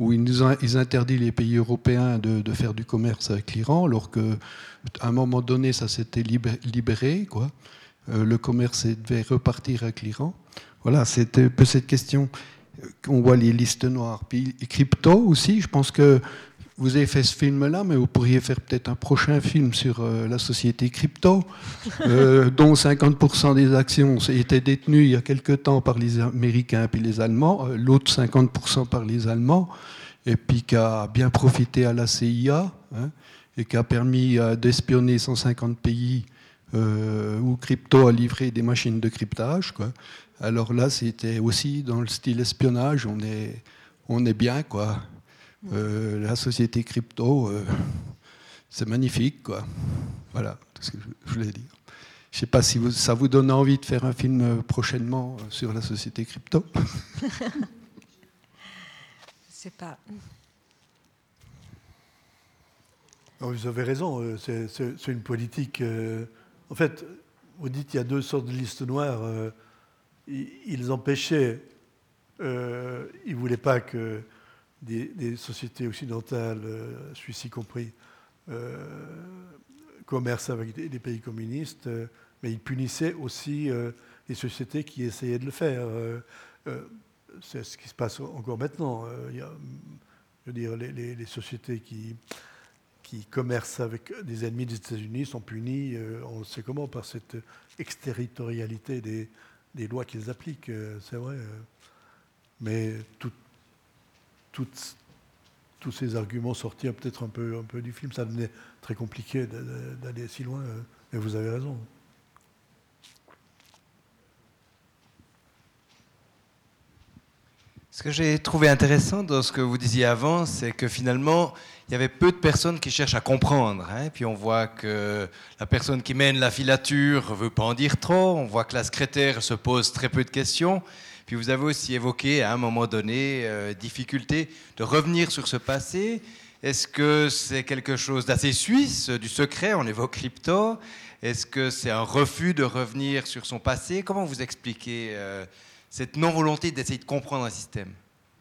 [SPEAKER 10] où ils, nous ont, ils interdisent les pays européens de, de faire du commerce avec l'Iran, alors qu'à un moment donné, ça s'était libéré, quoi. Euh, le commerce devait repartir avec l'Iran. Voilà, c'était un peu cette question. On voit les listes noires. Puis crypto aussi, je pense que vous avez fait ce film-là, mais vous pourriez faire peut-être un prochain film sur euh, la société crypto, euh, dont cinquante pour cent des actions étaient détenues il y a quelque temps par les Américains puis les Allemands, euh, l'autre cinquante pour cent par les Allemands, et puis qui a bien profité à la C I A, hein, et qui a permis euh, d'espionner cent cinquante pays euh, où crypto a livré des machines de cryptage, quoi. Alors là, c'était aussi dans le style espionnage, on est, on est bien, quoi. Euh, la société crypto, euh, c'est magnifique, quoi. Voilà, tout ce que je voulais dire. Je ne sais pas si vous, ça vous donne envie de faire un film prochainement sur la société crypto.
[SPEAKER 4] Je ne sais pas.
[SPEAKER 5] Non, vous avez raison, c'est, c'est, c'est une politique... Euh, en fait, vous dites qu'il y a deux sortes de listes noires. Euh, ils empêchaient, euh, ils ne voulaient pas que des, des sociétés occidentales, euh, Suisse y compris, euh, commercent avec des, des pays communistes, euh, mais ils punissaient aussi euh, les sociétés qui essayaient de le faire. Euh, euh, c'est ce qui se passe encore maintenant. Euh, il y a, je veux dire, les, les, les sociétés qui, qui commercent avec des ennemis des États-Unis sont punies, euh, on sait comment, par cette exterritorialité des des lois qu'ils appliquent, c'est vrai. Mais tout, tout, tous ces arguments sortirent peut-être un peu, un peu du film. Ça devenait très compliqué d'aller si loin. Mais vous avez raison.
[SPEAKER 11] Ce que j'ai trouvé intéressant dans ce que vous disiez avant, c'est que finalement, il y avait peu de personnes qui cherchent à comprendre. Hein. Puis on voit que la personne qui mène la filature ne veut pas en dire trop. On voit que la secrétaire se pose très peu de questions. Puis vous avez aussi évoqué à un moment donné euh, difficulté de revenir sur ce passé. Est-ce que c'est quelque chose d'assez suisse, du secret? On évoque crypto. Est-ce que c'est un refus de revenir sur son passé? Comment vous expliquez euh, cette non-volonté d'essayer de comprendre un système?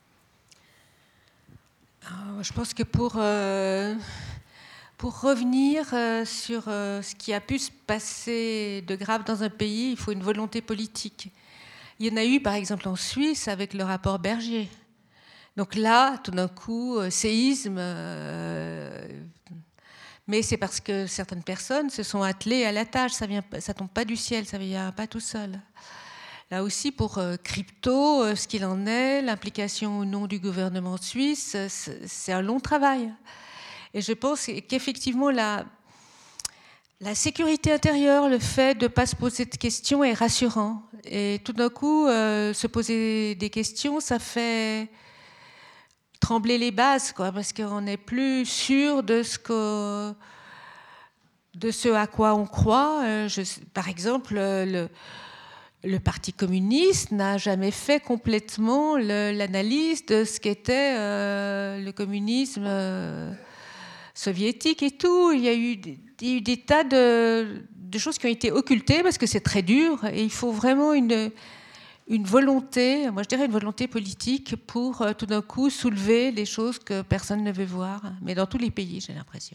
[SPEAKER 4] Je pense que pour, euh, pour revenir euh, sur euh, ce qui a pu se passer de grave dans un pays, il faut une volonté politique. Il y en a eu, par exemple, en Suisse, avec le rapport Berger. Donc là, tout d'un coup, euh, séisme. Euh, mais c'est parce que certaines personnes se sont attelées à la tâche. Ça ne ça tombe pas du ciel, ça ne vient pas tout seul. Là aussi, pour euh, crypto, euh, ce qu'il en est, l'implication ou non du gouvernement suisse, c'est, c'est un long travail. Et je pense qu'effectivement, la, la sécurité intérieure, le fait de ne pas se poser de questions est rassurant. Et tout d'un coup, euh, se poser des questions, ça fait trembler les bases, quoi, parce qu'on n'est plus sûr de ce, que, de ce à quoi on croit. Euh, je, par exemple, le... Le Parti communiste n'a jamais fait complètement le, l'analyse de ce qu'était euh, le communisme euh, soviétique et tout. Il y a eu des, il y a eu des tas de, de choses qui ont été occultées parce que c'est très dur et il faut vraiment une, une volonté, moi je dirais une volonté politique pour euh, tout d'un coup soulever les choses que personne ne veut voir, mais dans tous les pays, j'ai l'impression.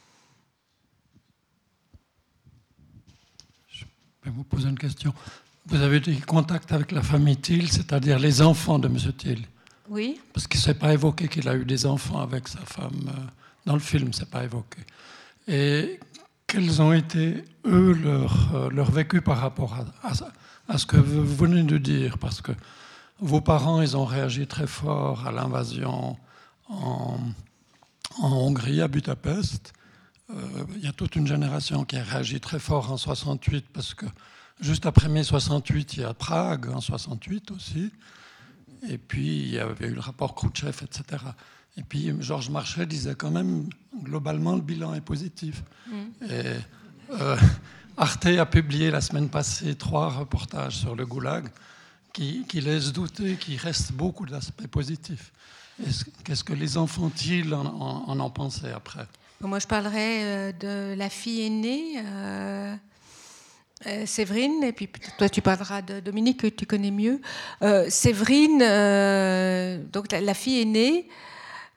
[SPEAKER 12] Je vais vous poser une question. Vous avez des contacts avec la famille Thiel, c'est-à-dire les enfants de M. Thiel?
[SPEAKER 4] Oui.
[SPEAKER 12] Parce qu'il ne s'est pas évoqué qu'il a eu des enfants avec sa femme. Dans le film, ce n'est pas évoqué. Et quels ont été, eux, leur, leur vécu par rapport à, à, à ce que vous venez de dire? Parce que vos parents, ils ont réagi très fort à l'invasion en, en Hongrie, à Budapest. Euh, il y a toute une génération qui a réagi très fort en soixante-huit parce que juste après mai soixante-huit, il y a Prague en soixante-huit aussi. Et puis, il y avait eu le rapport Khrouchtchev, et cetera. Et puis, Georges Marchais disait quand même, globalement, le bilan est positif. Mmh. Et euh, Arte a publié la semaine passée trois reportages sur le goulag qui, qui laissent douter qu'il reste beaucoup d'aspects positifs. Est-ce, qu'est-ce que les enfants Thiel en, en, en ont pensé après?
[SPEAKER 4] Moi, je parlerai de la fille aînée... Euh... Euh, Séverine, et puis toi tu parleras de Dominique que tu connais mieux. Euh, Séverine, euh, donc la, la fille aînée,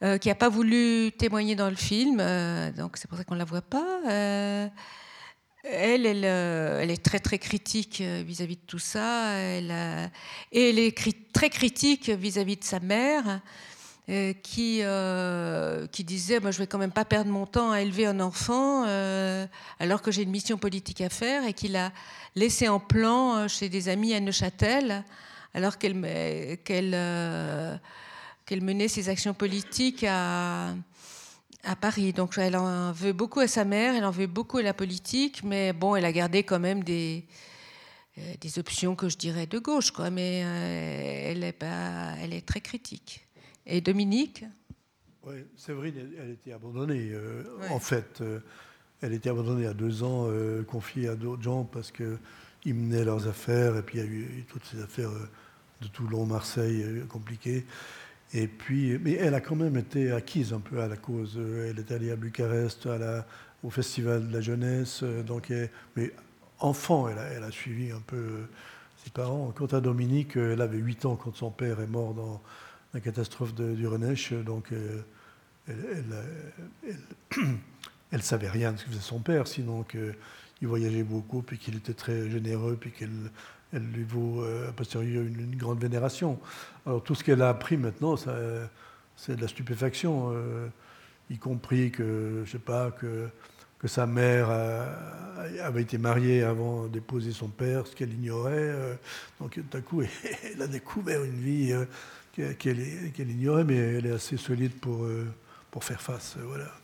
[SPEAKER 4] euh, qui n'a pas voulu témoigner dans le film, euh, donc c'est pour ça qu'on ne la voit pas. Euh, elle, elle, euh, elle est très très critique vis-à-vis de tout ça, elle, euh, et elle est cri- très critique vis-à-vis de sa mère, euh, qui, euh, qui disait moi, je ne vais quand même pas perdre mon temps à élever un enfant euh, alors que j'ai une mission politique à faire, et qui l'a laissé en plan chez des amis à Neuchâtel, alors qu'elle, qu'elle, euh, qu'elle menait ses actions politiques à, à Paris. Donc elle en veut beaucoup à sa mère, elle en veut beaucoup à la politique, mais bon, elle a gardé quand même des, euh, des options que je dirais de gauche, quoi. Mais euh, elle, est pas, elle est très critique. Et Dominique ?
[SPEAKER 5] Oui, Séverine, elle, elle était abandonnée. Euh,
[SPEAKER 4] ouais.
[SPEAKER 5] En fait, euh, elle était abandonnée à deux ans, euh, confiée à d'autres gens parce qu'ils menaient leurs affaires, et puis il y a eu toutes ces affaires euh, de Toulon, Marseille, euh, compliquées. Et puis, mais elle a quand même été acquise un peu à la cause. Elle est allée à Bucarest, à la, au Festival de la jeunesse. Donc, elle, mais enfant, elle a, elle a suivi un peu ses parents. Quant à Dominique, elle avait huit ans quand son père est mort dans la catastrophe de, du Renèche. Donc, elle, elle, elle, elle, elle savait rien de ce que faisait son père, sinon qu'il voyageait beaucoup, puis qu'il était très généreux, puis qu'elle elle lui vaut euh, a posteriori une, une grande vénération. Alors tout ce qu'elle a appris maintenant, ça, c'est de la stupéfaction, euh, y compris que, je sais pas, que, que sa mère a, avait été mariée avant d'épouser son père, ce qu'elle ignorait. Euh, donc tout à coup, elle a découvert une vie euh, qu'elle, qu'elle ignorait, mais elle est assez solide pour, euh, pour faire face. Euh, voilà.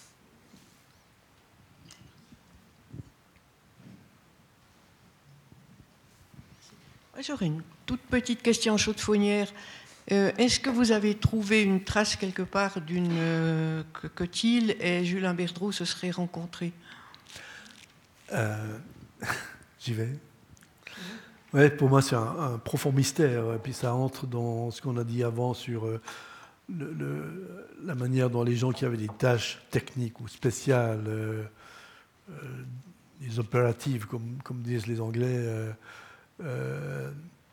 [SPEAKER 13] J'aurais une toute petite question chaude-faunière. Euh, est-ce que vous avez trouvé une trace quelque part d'une, euh, que, que Thiel et Julien Berdroux se seraient rencontrés ?
[SPEAKER 5] euh, J'y vais. Ouais, pour moi, c'est un, un profond mystère. Et puis ça entre dans ce qu'on a dit avant sur euh, le, le, la manière dont les gens qui avaient des tâches techniques ou spéciales, euh, euh, des opératives, comme, comme disent les Anglais, euh, Euh,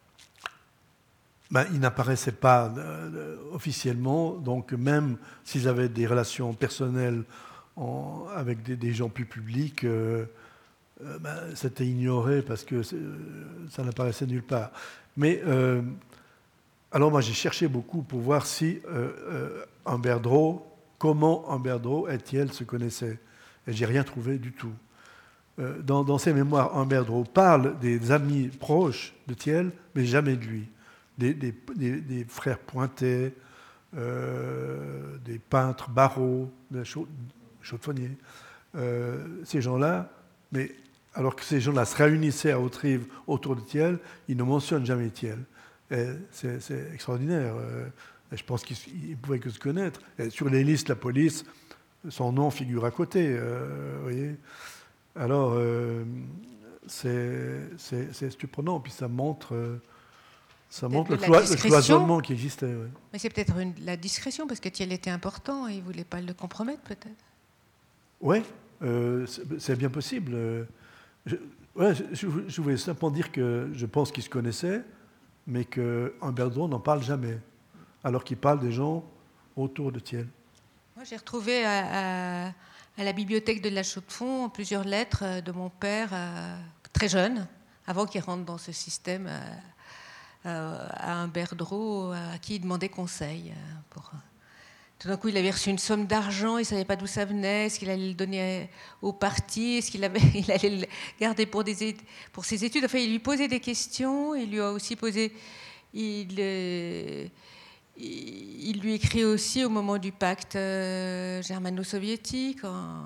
[SPEAKER 5] ben, ils n'apparaissaient pas euh, officiellement, donc même s'ils avaient des relations personnelles en, avec des, des gens plus publics, euh, euh, ben, c'était ignoré parce que ça n'apparaissait nulle part. Mais euh, alors moi j'ai cherché beaucoup pour voir si euh, euh, Humbert Dreux, comment Humbert Dreux et Thiel se connaissaient, et j'ai rien trouvé du tout. Dans, dans ses mémoires, Humbert Dreux parle des amis proches de Thiel, mais jamais de lui. Des, des, des, des frères Pointet, euh, des peintres Barrault, des chaudefonniers. Euh, ces gens-là, mais alors que ces gens-là se réunissaient à Hauterive autour de Thiel, ils ne mentionnent jamais Thiel. C'est, c'est extraordinaire. Et je pense qu'ils ne pouvaient que se connaître. Et sur les listes de la police, son nom figure à côté. Euh, vous voyez. Alors, euh, c'est, c'est, c'est stupéfiant, puis ça montre, euh, ça montre le, cloi, le cloisonnement qui existait. Ouais.
[SPEAKER 4] Mais c'est peut-être une, la discrétion, parce que Thiel était important et il ne voulait pas le compromettre, peut-être.
[SPEAKER 5] Oui, euh, c'est, c'est bien possible. Je, ouais, je, je voulais simplement dire que je pense qu'ils se connaissaient, mais que Humbert Dreux n'en parle jamais, alors qu'il parle des gens autour de Thiel.
[SPEAKER 4] Moi, j'ai retrouvé à... à... à la bibliothèque de la Chaux-de-Fonds plusieurs lettres de mon père, euh, très jeune, avant qu'il rentre dans ce système, euh, euh, à Humbert Dreux, à qui il demandait conseil. Euh, pour... Tout d'un coup, il avait reçu une somme d'argent, il ne savait pas d'où ça venait, est-ce qu'il allait le donner au parti, est-ce qu'il avait, il allait le garder pour, des, pour ses études. Enfin, il lui posait des questions, il lui a aussi posé... Il, euh, Il lui écrit aussi au moment du pacte euh, germano-soviétique, en,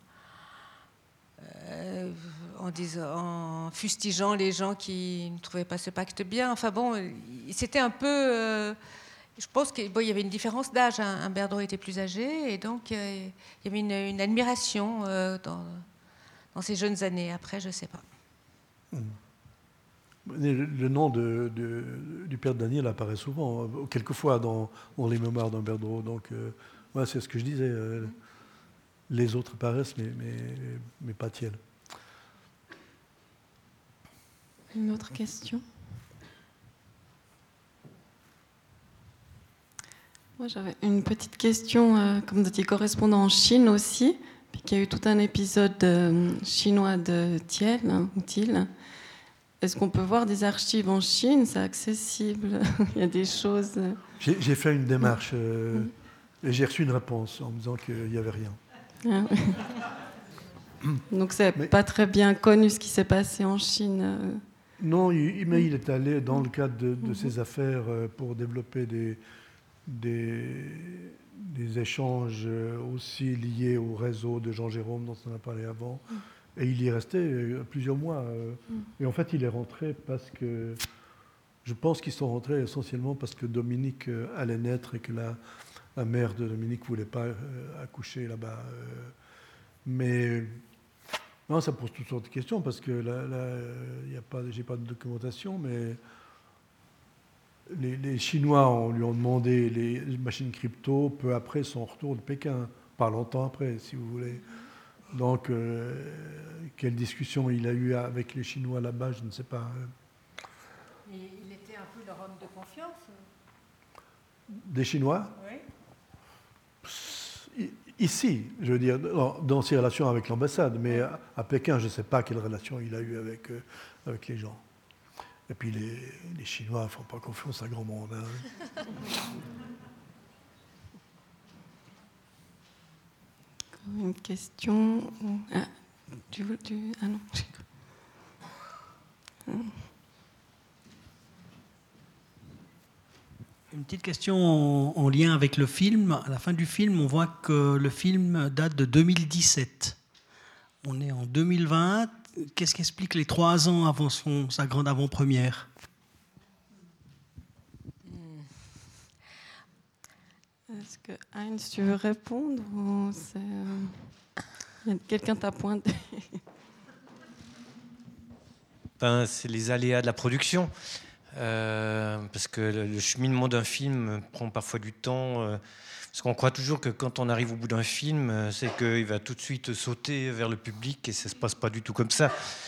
[SPEAKER 4] euh, en, disant, en fustigeant les gens qui ne trouvaient pas ce pacte bien. Enfin bon, c'était un peu... Euh, je pense qu'il bon, y avait une différence d'âge. Hein. Humbert Dreux était plus âgé, et donc euh, il y avait une, une admiration euh, dans, dans ces jeunes années. Après, je ne sais pas.
[SPEAKER 5] Mmh. Le nom de, de, du père de Daniel apparaît souvent, quelquefois dans, dans les mémoires d'Humbert Dreux. Donc, euh, ouais, c'est ce que je disais. Euh, les autres apparaissent, mais, mais, mais pas Thiel.
[SPEAKER 1] Une autre question ? Moi, j'avais une petite question, euh, comme vous étiez correspondant en Chine aussi, puis qu'il y a eu tout un épisode euh, chinois de Thiel, hein, ou Thiel. Est-ce qu'on peut voir des archives en Chine? C'est accessible? Il y a des choses... euh...
[SPEAKER 5] J'ai, j'ai fait une démarche euh, mmh. et j'ai reçu une réponse en me disant qu'il n'y avait rien.
[SPEAKER 1] Ah, oui. Donc c'est mais, pas très bien connu ce qui s'est passé en Chine. Euh...
[SPEAKER 5] Non, il, mais il est allé dans le cadre de, de mmh. ses affaires euh, pour développer des, des, des échanges aussi liés au réseau de Jean Jérôme dont on a parlé avant. Mmh. Et il y est resté plusieurs mois. Mmh. Et en fait, il est rentré parce que... Je pense qu'ils sont rentrés essentiellement parce que Dominique allait naître et que la, la mère de Dominique ne voulait pas euh, accoucher là-bas. Euh, mais non, ça pose toutes sortes de questions parce que là, là y a pas, j'ai pas de documentation, mais les, les Chinois on lui ont demandé les machines crypto peu après son retour de Pékin, pas longtemps après, si vous voulez. Donc, euh, quelle discussion il a eu avec les Chinois là-bas, je ne sais pas.
[SPEAKER 4] Et il était un peu leur homme de confiance.
[SPEAKER 5] Des Chinois?
[SPEAKER 4] Oui.
[SPEAKER 5] Ici, je veux dire, dans, dans ses relations avec l'ambassade, mais à, à Pékin, je ne sais pas quelle relation il a eue avec, euh, avec les gens. Et puis les, les Chinois ne font pas confiance à grand monde. Hein.
[SPEAKER 1] Une question. Ah, tu veux, tu... ah non.
[SPEAKER 6] Une petite question en, en lien avec le film. À la fin du film, on voit que le film date de deux mille dix-sept. On est en deux mille vingt. Qu'est-ce qui explique les trois ans avant son, sa grande avant-première?
[SPEAKER 1] Est-ce que Heinz, tu veux répondre ou c'est, euh... quelqu'un t'a pointé?
[SPEAKER 2] Ben, c'est les aléas de la production. Euh, parce que le, le cheminement d'un film prend parfois du temps. Euh, parce qu'on croit toujours que quand on arrive au bout d'un film, euh, c'est qu'il va tout de suite sauter vers le public et ça ne se passe pas du tout comme ça.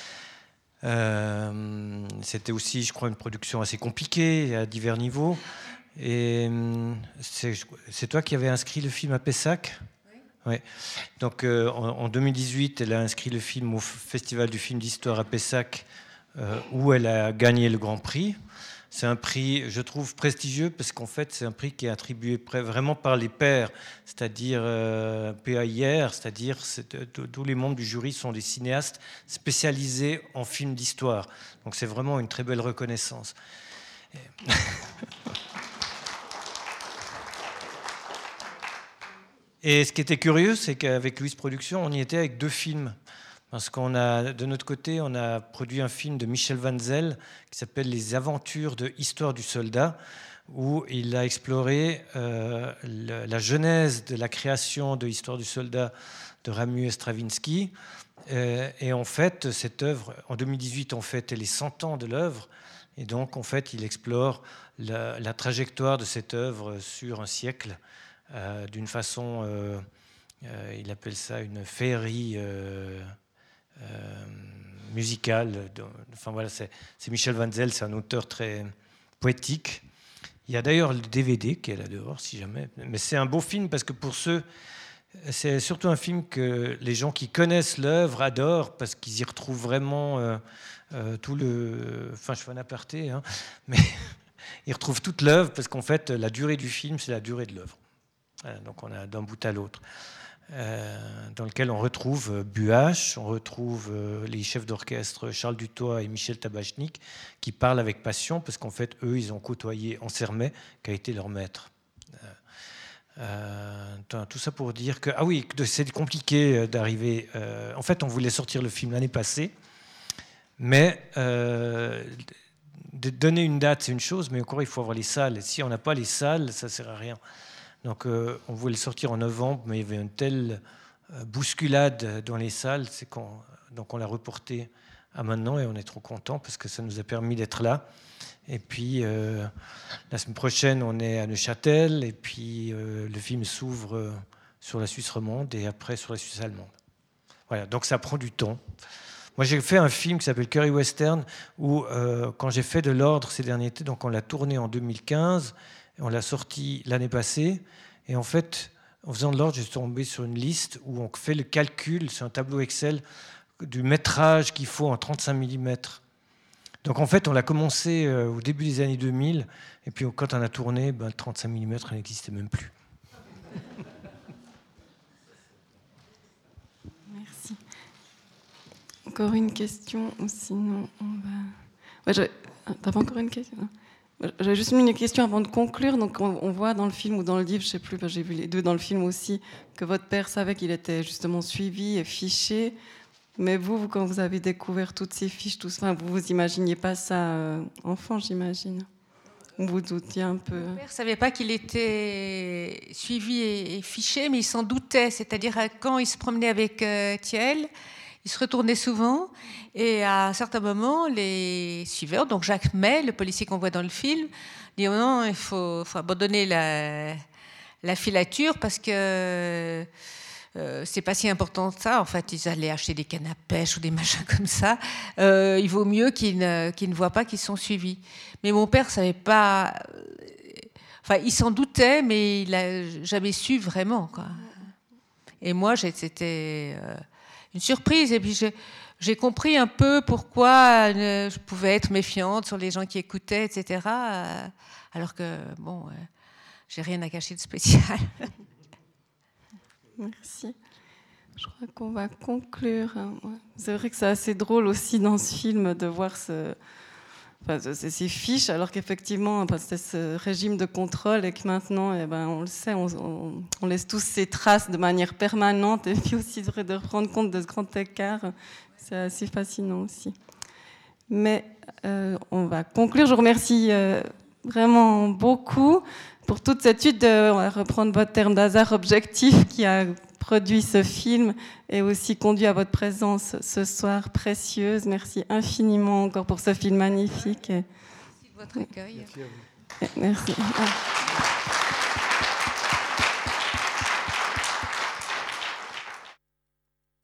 [SPEAKER 2] Euh, c'était aussi, je crois, une production assez compliquée à divers niveaux. Et c'est, c'est toi qui avais inscrit le film à Pessac? Oui. Ouais. Donc euh, en, en deux mille dix-huit, elle a inscrit le film au Festival du film d'histoire à Pessac, euh, où elle a gagné le Grand Prix. C'est un prix, je trouve, prestigieux parce qu'en fait, c'est un prix qui est attribué vraiment par les pairs, c'est-à-dire euh, P A I R, c'est-à-dire c'est, tous les membres du jury sont des cinéastes spécialisés en films d'histoire. Donc c'est vraiment une très belle reconnaissance. Et... Et ce qui était curieux, c'est qu'avec Louis Productions, on y était avec deux films. Parce qu'on a, de notre côté, on a produit un film de Michel Wanzel qui s'appelle Les Aventures de Histoire du Soldat, où il a exploré euh, le, la genèse de la création de Histoire du Soldat de Ramu Stravinsky. Euh, et en fait, cette œuvre, en deux mille dix-huit, on fêtait les cent ans de l'œuvre. Et donc, en fait, il explore la, la trajectoire de cette œuvre sur un siècle. Euh, d'une façon, euh, euh, il appelle ça une féerie euh, euh, musicale. Enfin voilà, c'est, c'est Michel Wanzel, c'est un auteur très poétique. Il y a d'ailleurs le D V D qui est là dehors, si jamais. Mais c'est un beau film parce que pour ceux, c'est surtout un film que les gens qui connaissent l'œuvre adorent parce qu'ils y retrouvent vraiment euh, euh, tout le. Enfin, je fais un aparté, hein, mais ils retrouvent toute l'œuvre parce qu'en fait, la durée du film, c'est la durée de l'œuvre. Donc on a d'un bout à l'autre, euh, dans lequel on retrouve Buach, on retrouve euh, les chefs d'orchestre Charles Dutoit et Michel Tabachnik qui parlent avec passion parce qu'en fait eux ils ont côtoyé Ansermet qui a été leur maître. Euh, tout ça pour dire que ah oui, c'est compliqué d'arriver. Euh, en fait on voulait sortir le film l'année passée, mais euh, de donner une date c'est une chose, mais encore il faut avoir les salles. Et si on n'a pas les salles, ça sert à rien. Donc, euh, on voulait le sortir en novembre, mais il y avait une telle euh, bousculade dans les salles, c'est qu'on, donc on l'a reporté à maintenant et on est trop contents parce que ça nous a permis d'être là. Et puis, euh, la semaine prochaine, on est à Neuchâtel et puis euh, le film s'ouvre euh, sur la Suisse romande et après sur la Suisse allemande. Voilà, donc ça prend du temps. Moi, j'ai fait un film qui s'appelle Curry Western où, euh, quand j'ai fait de l'ordre ces derniers temps, donc on l'a tourné en deux mille quinze. Et on l'a sorti l'année passée. Et en fait, en faisant de l'ordre, je suis tombé sur une liste où on fait le calcul sur un tableau Excel du métrage qu'il faut en trente-cinq millimètres. Donc en fait, on l'a commencé euh, au début des années deux mille, et puis quand on a tourné, ben, le trente-cinq millimètres n'existait même plus.
[SPEAKER 1] Merci. Encore une question, ou sinon on va... Ouais, j'avais... T'avais encore une question? J'avais juste une question avant de conclure. Donc on, on voit dans le film ou dans le livre, je ne sais plus, j'ai vu les deux dans le film aussi, que votre père savait qu'il était justement suivi et fiché. Mais vous, vous, quand vous avez découvert toutes ces fiches, tout ça, vous vous imaginiez pas ça euh, enfant, j'imagine? Vous vous doutiez un peu?
[SPEAKER 4] Mon père ne savait pas qu'il était suivi et, et fiché, mais il s'en doutait. C'est-à-dire, quand il se promenait avec euh, Thiel, il se retournait souvent, et à un certain moment, les suiveurs, donc Jacques May, le policier qu'on voit dans le film, dit oh non, il faut, faut abandonner la, la filature parce que Euh, c'est pas si important que ça. En fait, ils allaient acheter des cannes à pêche ou des machins comme ça. Euh, il vaut mieux qu'ils ne, qu'ils ne voient pas qu'ils sont suivis. Mais mon père savait pas. Enfin, il s'en doutait, mais il n'a jamais su vraiment, quoi. Et moi, c'était euh, une surprise. Et puis, j'ai, j'ai compris un peu pourquoi euh, je pouvais être méfiante sur les gens qui écoutaient, et cetera. Euh, alors que, bon, euh, j'ai rien à cacher de spécial.
[SPEAKER 1] Merci. Je crois qu'on va conclure. C'est vrai que c'est assez drôle aussi dans ce film de voir ce, enfin, ces fiches, alors qu'effectivement, c'était ce régime de contrôle et que maintenant, eh ben, on le sait, on, on, on laisse tous ces traces de manière permanente, et puis aussi de rendre compte de ce grand écart. C'est assez fascinant aussi. Mais euh, on va conclure. Je vous remercie euh, vraiment beaucoup pour toute cette suite, de, on va reprendre votre terme d'hasard objectif qui a produit ce film et aussi conduit à votre présence ce soir précieuse. Merci infiniment encore pour ce film magnifique.
[SPEAKER 4] Merci de votre accueil.
[SPEAKER 5] Merci à vous.
[SPEAKER 1] Merci.